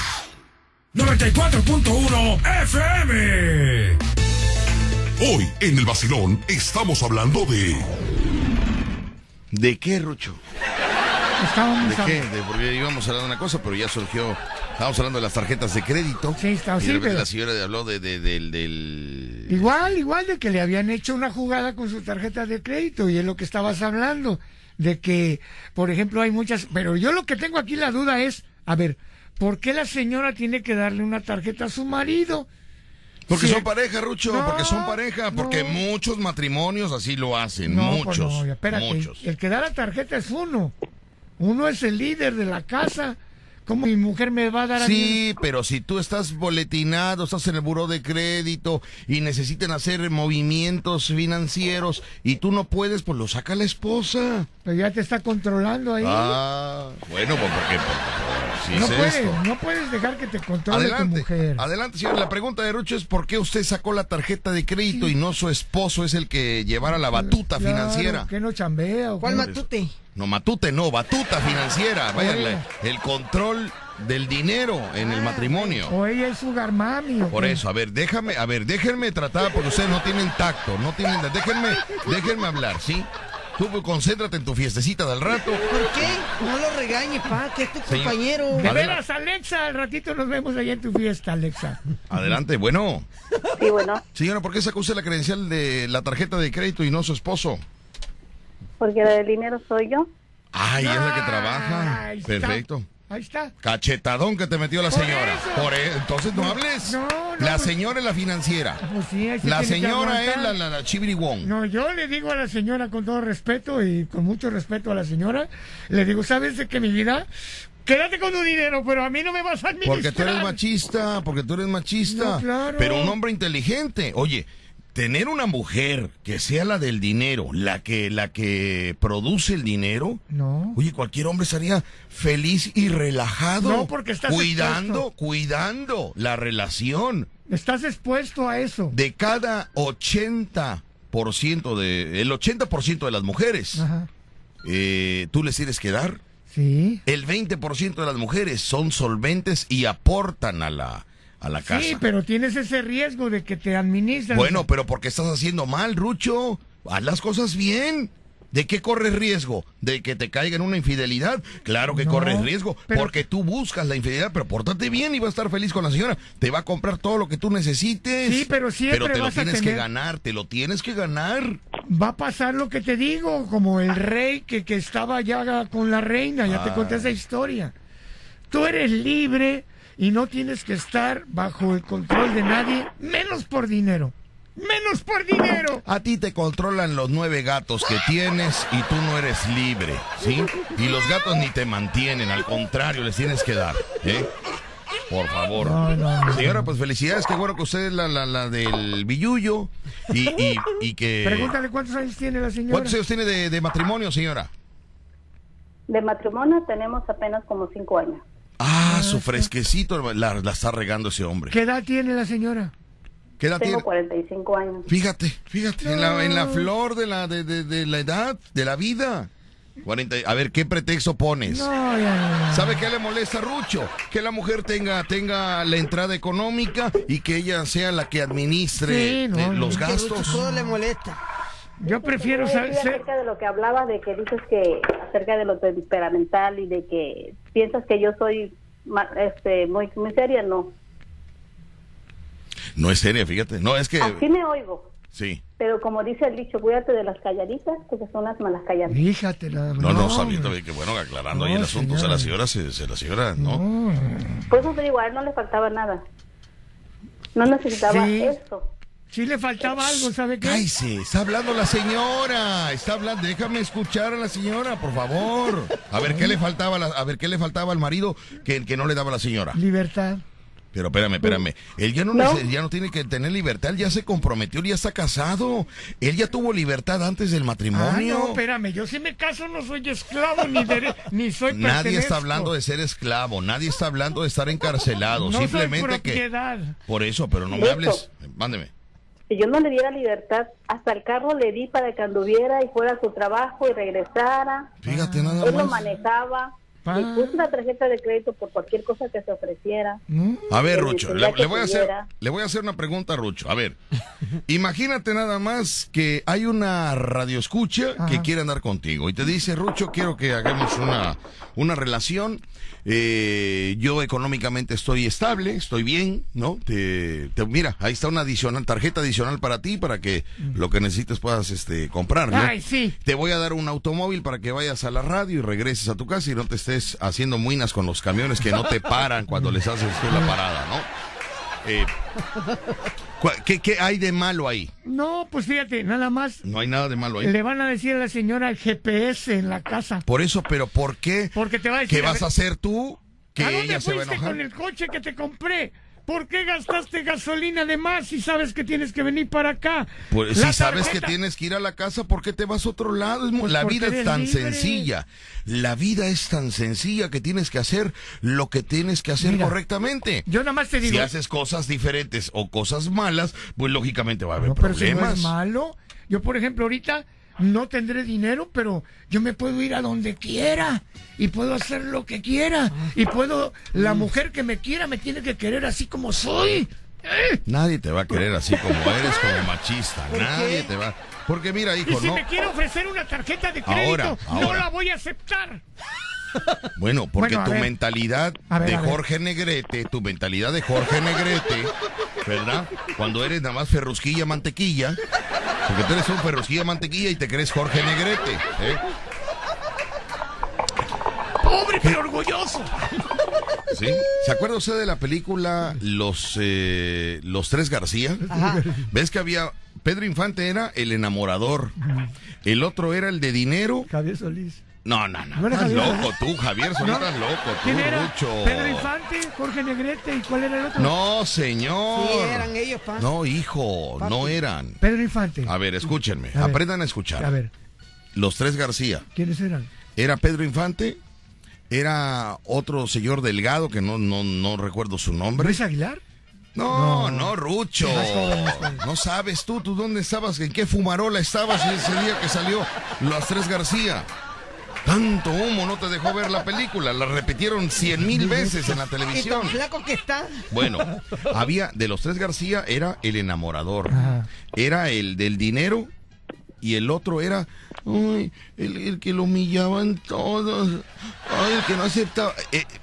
94.1 FM. Hoy en el vacilón estamos hablando de... ¿De qué, Rucho? ¿De qué? Porque íbamos a hablar de una cosa, pero ya surgió... Estábamos hablando de las tarjetas de crédito. Sí, está, sí, pero... La señora habló del... Igual de que le habían hecho una jugada con su tarjeta de crédito, y es lo que estabas hablando. De que, por ejemplo, hay muchas... Pero yo lo que tengo aquí la duda es, a ver, ¿por qué la señora tiene que darle una tarjeta a su marido? Porque son pareja, Rucho, porque son pareja, porque muchos matrimonios así lo hacen, muchos. Pues espérate, muchos. El que da la tarjeta es uno. Uno es el líder de la casa. ¿Cómo mi mujer me va a dar a mí? Sí, pero si tú estás boletinado, estás en el buró de crédito y necesitan hacer movimientos financieros y tú no puedes, pues lo saca la esposa. Pero ya te está controlando ahí. Bueno, pues porque si no puedes dejar que te controle tu mujer. Adelante, señor. La pregunta de Rucho es ¿por qué usted sacó la tarjeta de crédito y no su esposo es el que llevara la batuta financiera? ¿Qué no chambea? ¿Cuál matute? No, matute no, batuta financiera. Vaya, el control del dinero en el matrimonio. O ella es sugar mami. Por eso, a ver, déjenme tratar, porque ustedes no tienen tacto, déjenme hablar, ¿sí? Tú concéntrate en tu fiestecita del rato. ¿Por qué? No lo regañes, pa, que es tu compañero. De veras, Alexa, al ratito nos vemos allá en tu fiesta, Alexa. Adelante, bueno. Sí, bueno. Señora, ¿por qué sacó usted la credencial de la tarjeta de crédito y no su esposo? Porque la del dinero soy yo. Ay, es la que trabaja. Ahí está. Perfecto. Ahí está. Cachetadón que te metió la señora. eso. Entonces no hables. No, la pues- señora es la financiera. Pues sí, ahí se La tiene que señora es aguantar. la chibiriguón. No, yo le digo a la señora con todo respeto y con mucho respeto a la señora, le digo, ¿sabes de qué, mi vida? Quédate con tu dinero, pero a mí no me vas a administrar. Porque tú eres machista, No, claro. pero un hombre inteligente. Oye, tener una mujer que sea la del dinero, la que produce el dinero, No. oye, cualquier hombre estaría feliz y relajado. No, porque estás cuidando la relación. Estás expuesto a eso. De cada 80% el 80% de las mujeres, Ajá. tú les tienes que dar. Sí. El 20% de las mujeres son solventes y aportan a la casa. Sí, pero tienes ese riesgo de que te administran. Bueno, pero porque estás haciendo mal, Rucho. Haz las cosas bien. ¿De qué corres riesgo? ¿De que te caiga en una infidelidad? Claro que No, corres riesgo, pero- porque tú buscas la infidelidad, pero pórtate bien y vas a estar feliz con la señora. Te va a comprar todo lo que tú necesites. Sí, pero siempre te lo vas a tienes que tener- ganar, te lo tienes que ganar. Va a pasar lo que te digo, como el rey que estaba ya con la reina, ya te conté esa historia. Tú eres libre y no tienes que estar bajo el control de nadie, menos por dinero. ¡Menos por dinero! A ti te controlan los 9 gatos que tienes y tú no eres libre, ¿sí? Y los gatos ni te mantienen, al contrario, les tienes que dar, ¿eh? Por favor. No. Señora, pues felicidades, qué bueno que usted es la del billullo y que... Pregúntale cuántos años tiene la señora. ¿Cuántos años tiene de matrimonio, señora? De matrimonio tenemos apenas como 5 años. Su fresquecito la está regando ese hombre. ¿Qué edad tiene la señora? ¿Qué edad Tengo tiene? 45 años. Fíjate, en la flor de la edad, de la vida. 40, a ver, ¿qué pretexto pones? No, ya. ¿Sabe qué le molesta a Rucho? Que la mujer tenga la entrada económica y que ella sea la que administre Sí, no, los Que Rucho gastos. todo le molesta. Yo prefiero Sí, ser... acerca de lo que hablabas, de que dices que acerca de lo temperamental y de que piensas que yo soy muy seria, no. No es seria, fíjate. No, es que... Así me oigo. Sí. Pero como dice el dicho, cuídate de las calladitas, porque son las malas calladas. Fíjate, la... No, sabiendo que bueno, aclarando ahí el asunto. O sea, la señora, la señora, ¿no? Por eso te digo, a él no le faltaba nada. No necesitaba Sí. eso. Sí le faltaba algo, ¿sabe qué? Cállese, está hablando la señora, está hablando, déjame escuchar a la señora, por favor. A ver qué le faltaba, qué le faltaba al marido que no le daba a la señora. Libertad. Pero espérame, él ya no tiene que tener libertad, él ya se comprometió, él ya está casado, él ya tuvo libertad antes del matrimonio. No, espérame, yo si me caso no soy esclavo ni soy Nadie pertenezco. está hablando de ser esclavo, nadie está hablando de estar encarcelado, No simplemente soy que... propiedad. Por eso, pero no me Eso. hables, mándeme. Si yo no le diera libertad, hasta el carro le di para que anduviera y fuera a su trabajo y regresara. Fíjate nada Él lo más. manejaba. Pa. Le puse una tarjeta de crédito por cualquier cosa que se ofreciera. A ver, Que Rucho, decía que le voy a hacer una pregunta a Rucho. A ver, imagínate nada más que hay una radioescucha que Ajá. quiere andar contigo y te dice, Rucho, quiero que hagamos una relación. Yo económicamente estoy estable, estoy bien, ¿no? Mira, ahí está una tarjeta adicional para ti, para que lo que necesites puedas comprar, ¿no? Ay, sí. Te voy a dar un automóvil para que vayas a la radio y regreses a tu casa y no te estés haciendo muinas con los camiones que no te paran cuando les haces tú la parada, ¿no? ¿Qué hay de malo ahí? No, pues fíjate, nada más No hay nada de malo ahí. le van a decir a la señora el GPS en la casa. Por eso, pero ¿por qué? Porque te va a decir... ¿Qué vas a hacer tú? Que ¿A dónde ella se va a fuiste enojar. con el coche que te compré? ¿Por qué gastaste gasolina de más si sabes que tienes que venir para acá? Pues, La si sabes que tarjeta- tienes que ir a la casa, ¿por qué te vas a otro lado? La porque vida es eres tan libre. sencilla. La vida es tan sencilla que tienes que hacer lo que tienes que hacer Mira, correctamente. Yo nada más te digo... Si haces cosas diferentes o cosas malas, pues lógicamente va a haber No, pero si no problemas. es malo. Yo, por ejemplo, ahorita no tendré dinero, pero yo me puedo ir a donde quiera y puedo hacer lo que quiera y puedo, la mujer que me quiera me tiene que querer así como soy. Nadie te va a querer así como eres, como machista. Nadie te va. Porque mira, hijo, y si no. me quiere ofrecer una tarjeta de crédito, no la voy a aceptar. Bueno, porque Bueno, tu ver. mentalidad de Jorge Negrete, ¿verdad? Cuando eres nada más ferrusquilla mantequilla, porque tú eres un ferrusquilla mantequilla y te crees Jorge Negrete, ¿eh? Pobre pero orgulloso. ¿Sí? ¿Se acuerda usted de la película Los Tres García? Ajá. ¿Ves que había... Pedro Infante era el enamorador, el otro era el de dinero? Javier Solís. No. ¿No era Estás Javier loco Solís? tú, Javier Solís, ¿No? estás loco tú, ¿Quién era? Rucho. Pedro Infante, Jorge Negrete, ¿y cuál era el otro? No, señor. Sí, eran ellos, pa. No, hijo, no eran. Pedro Infante. A ver, escúchenme, A ver. aprendan a escuchar. A ver, Los Tres García. ¿quiénes eran? Era Pedro Infante, era otro señor delgado que no recuerdo su nombre. ¿Luis Aguilar? No, Rucho. Más joven. No sabes tú dónde estabas, en qué fumarola estabas ese día que salió Los Tres García. Tanto humo no te dejó ver la película, la repitieron 100,000 veces en la Y televisión. tan flaco que está. Bueno, había de Los Tres García, era el enamorador, Ajá. era el del dinero y el otro era el que lo humillaban todos, el que no aceptaba.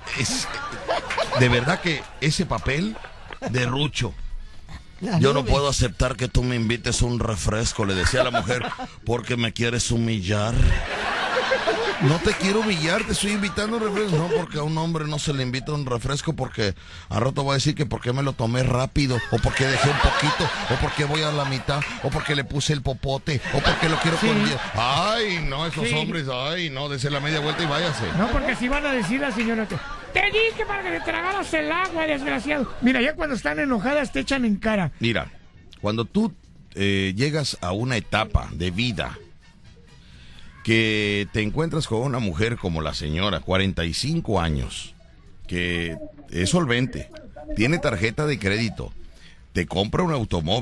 De verdad que ese papel de Rucho. Yo no puedo aceptar que tú me invites un refresco, le decía a la mujer, porque me quieres humillar. No te quiero humillar, te estoy invitando un refresco. No, porque a un hombre no se le invita un refresco porque al rato va a decir que porque me lo tomé rápido, o porque dejé un poquito, o porque voy a la mitad, o porque le puse el popote, o porque lo quiero con hielo. Ay, no, esos hombres, ay, no, dese la media vuelta y váyase. No, porque si van a decir la señora que te dije para que te tragaras el agua, desgraciado. Mira, ya cuando están enojadas te echan en cara. Mira, cuando tú llegas a una etapa de vida que te encuentras con una mujer como la señora, 45 años, que es solvente, tiene tarjeta de crédito, te compra un automóvil,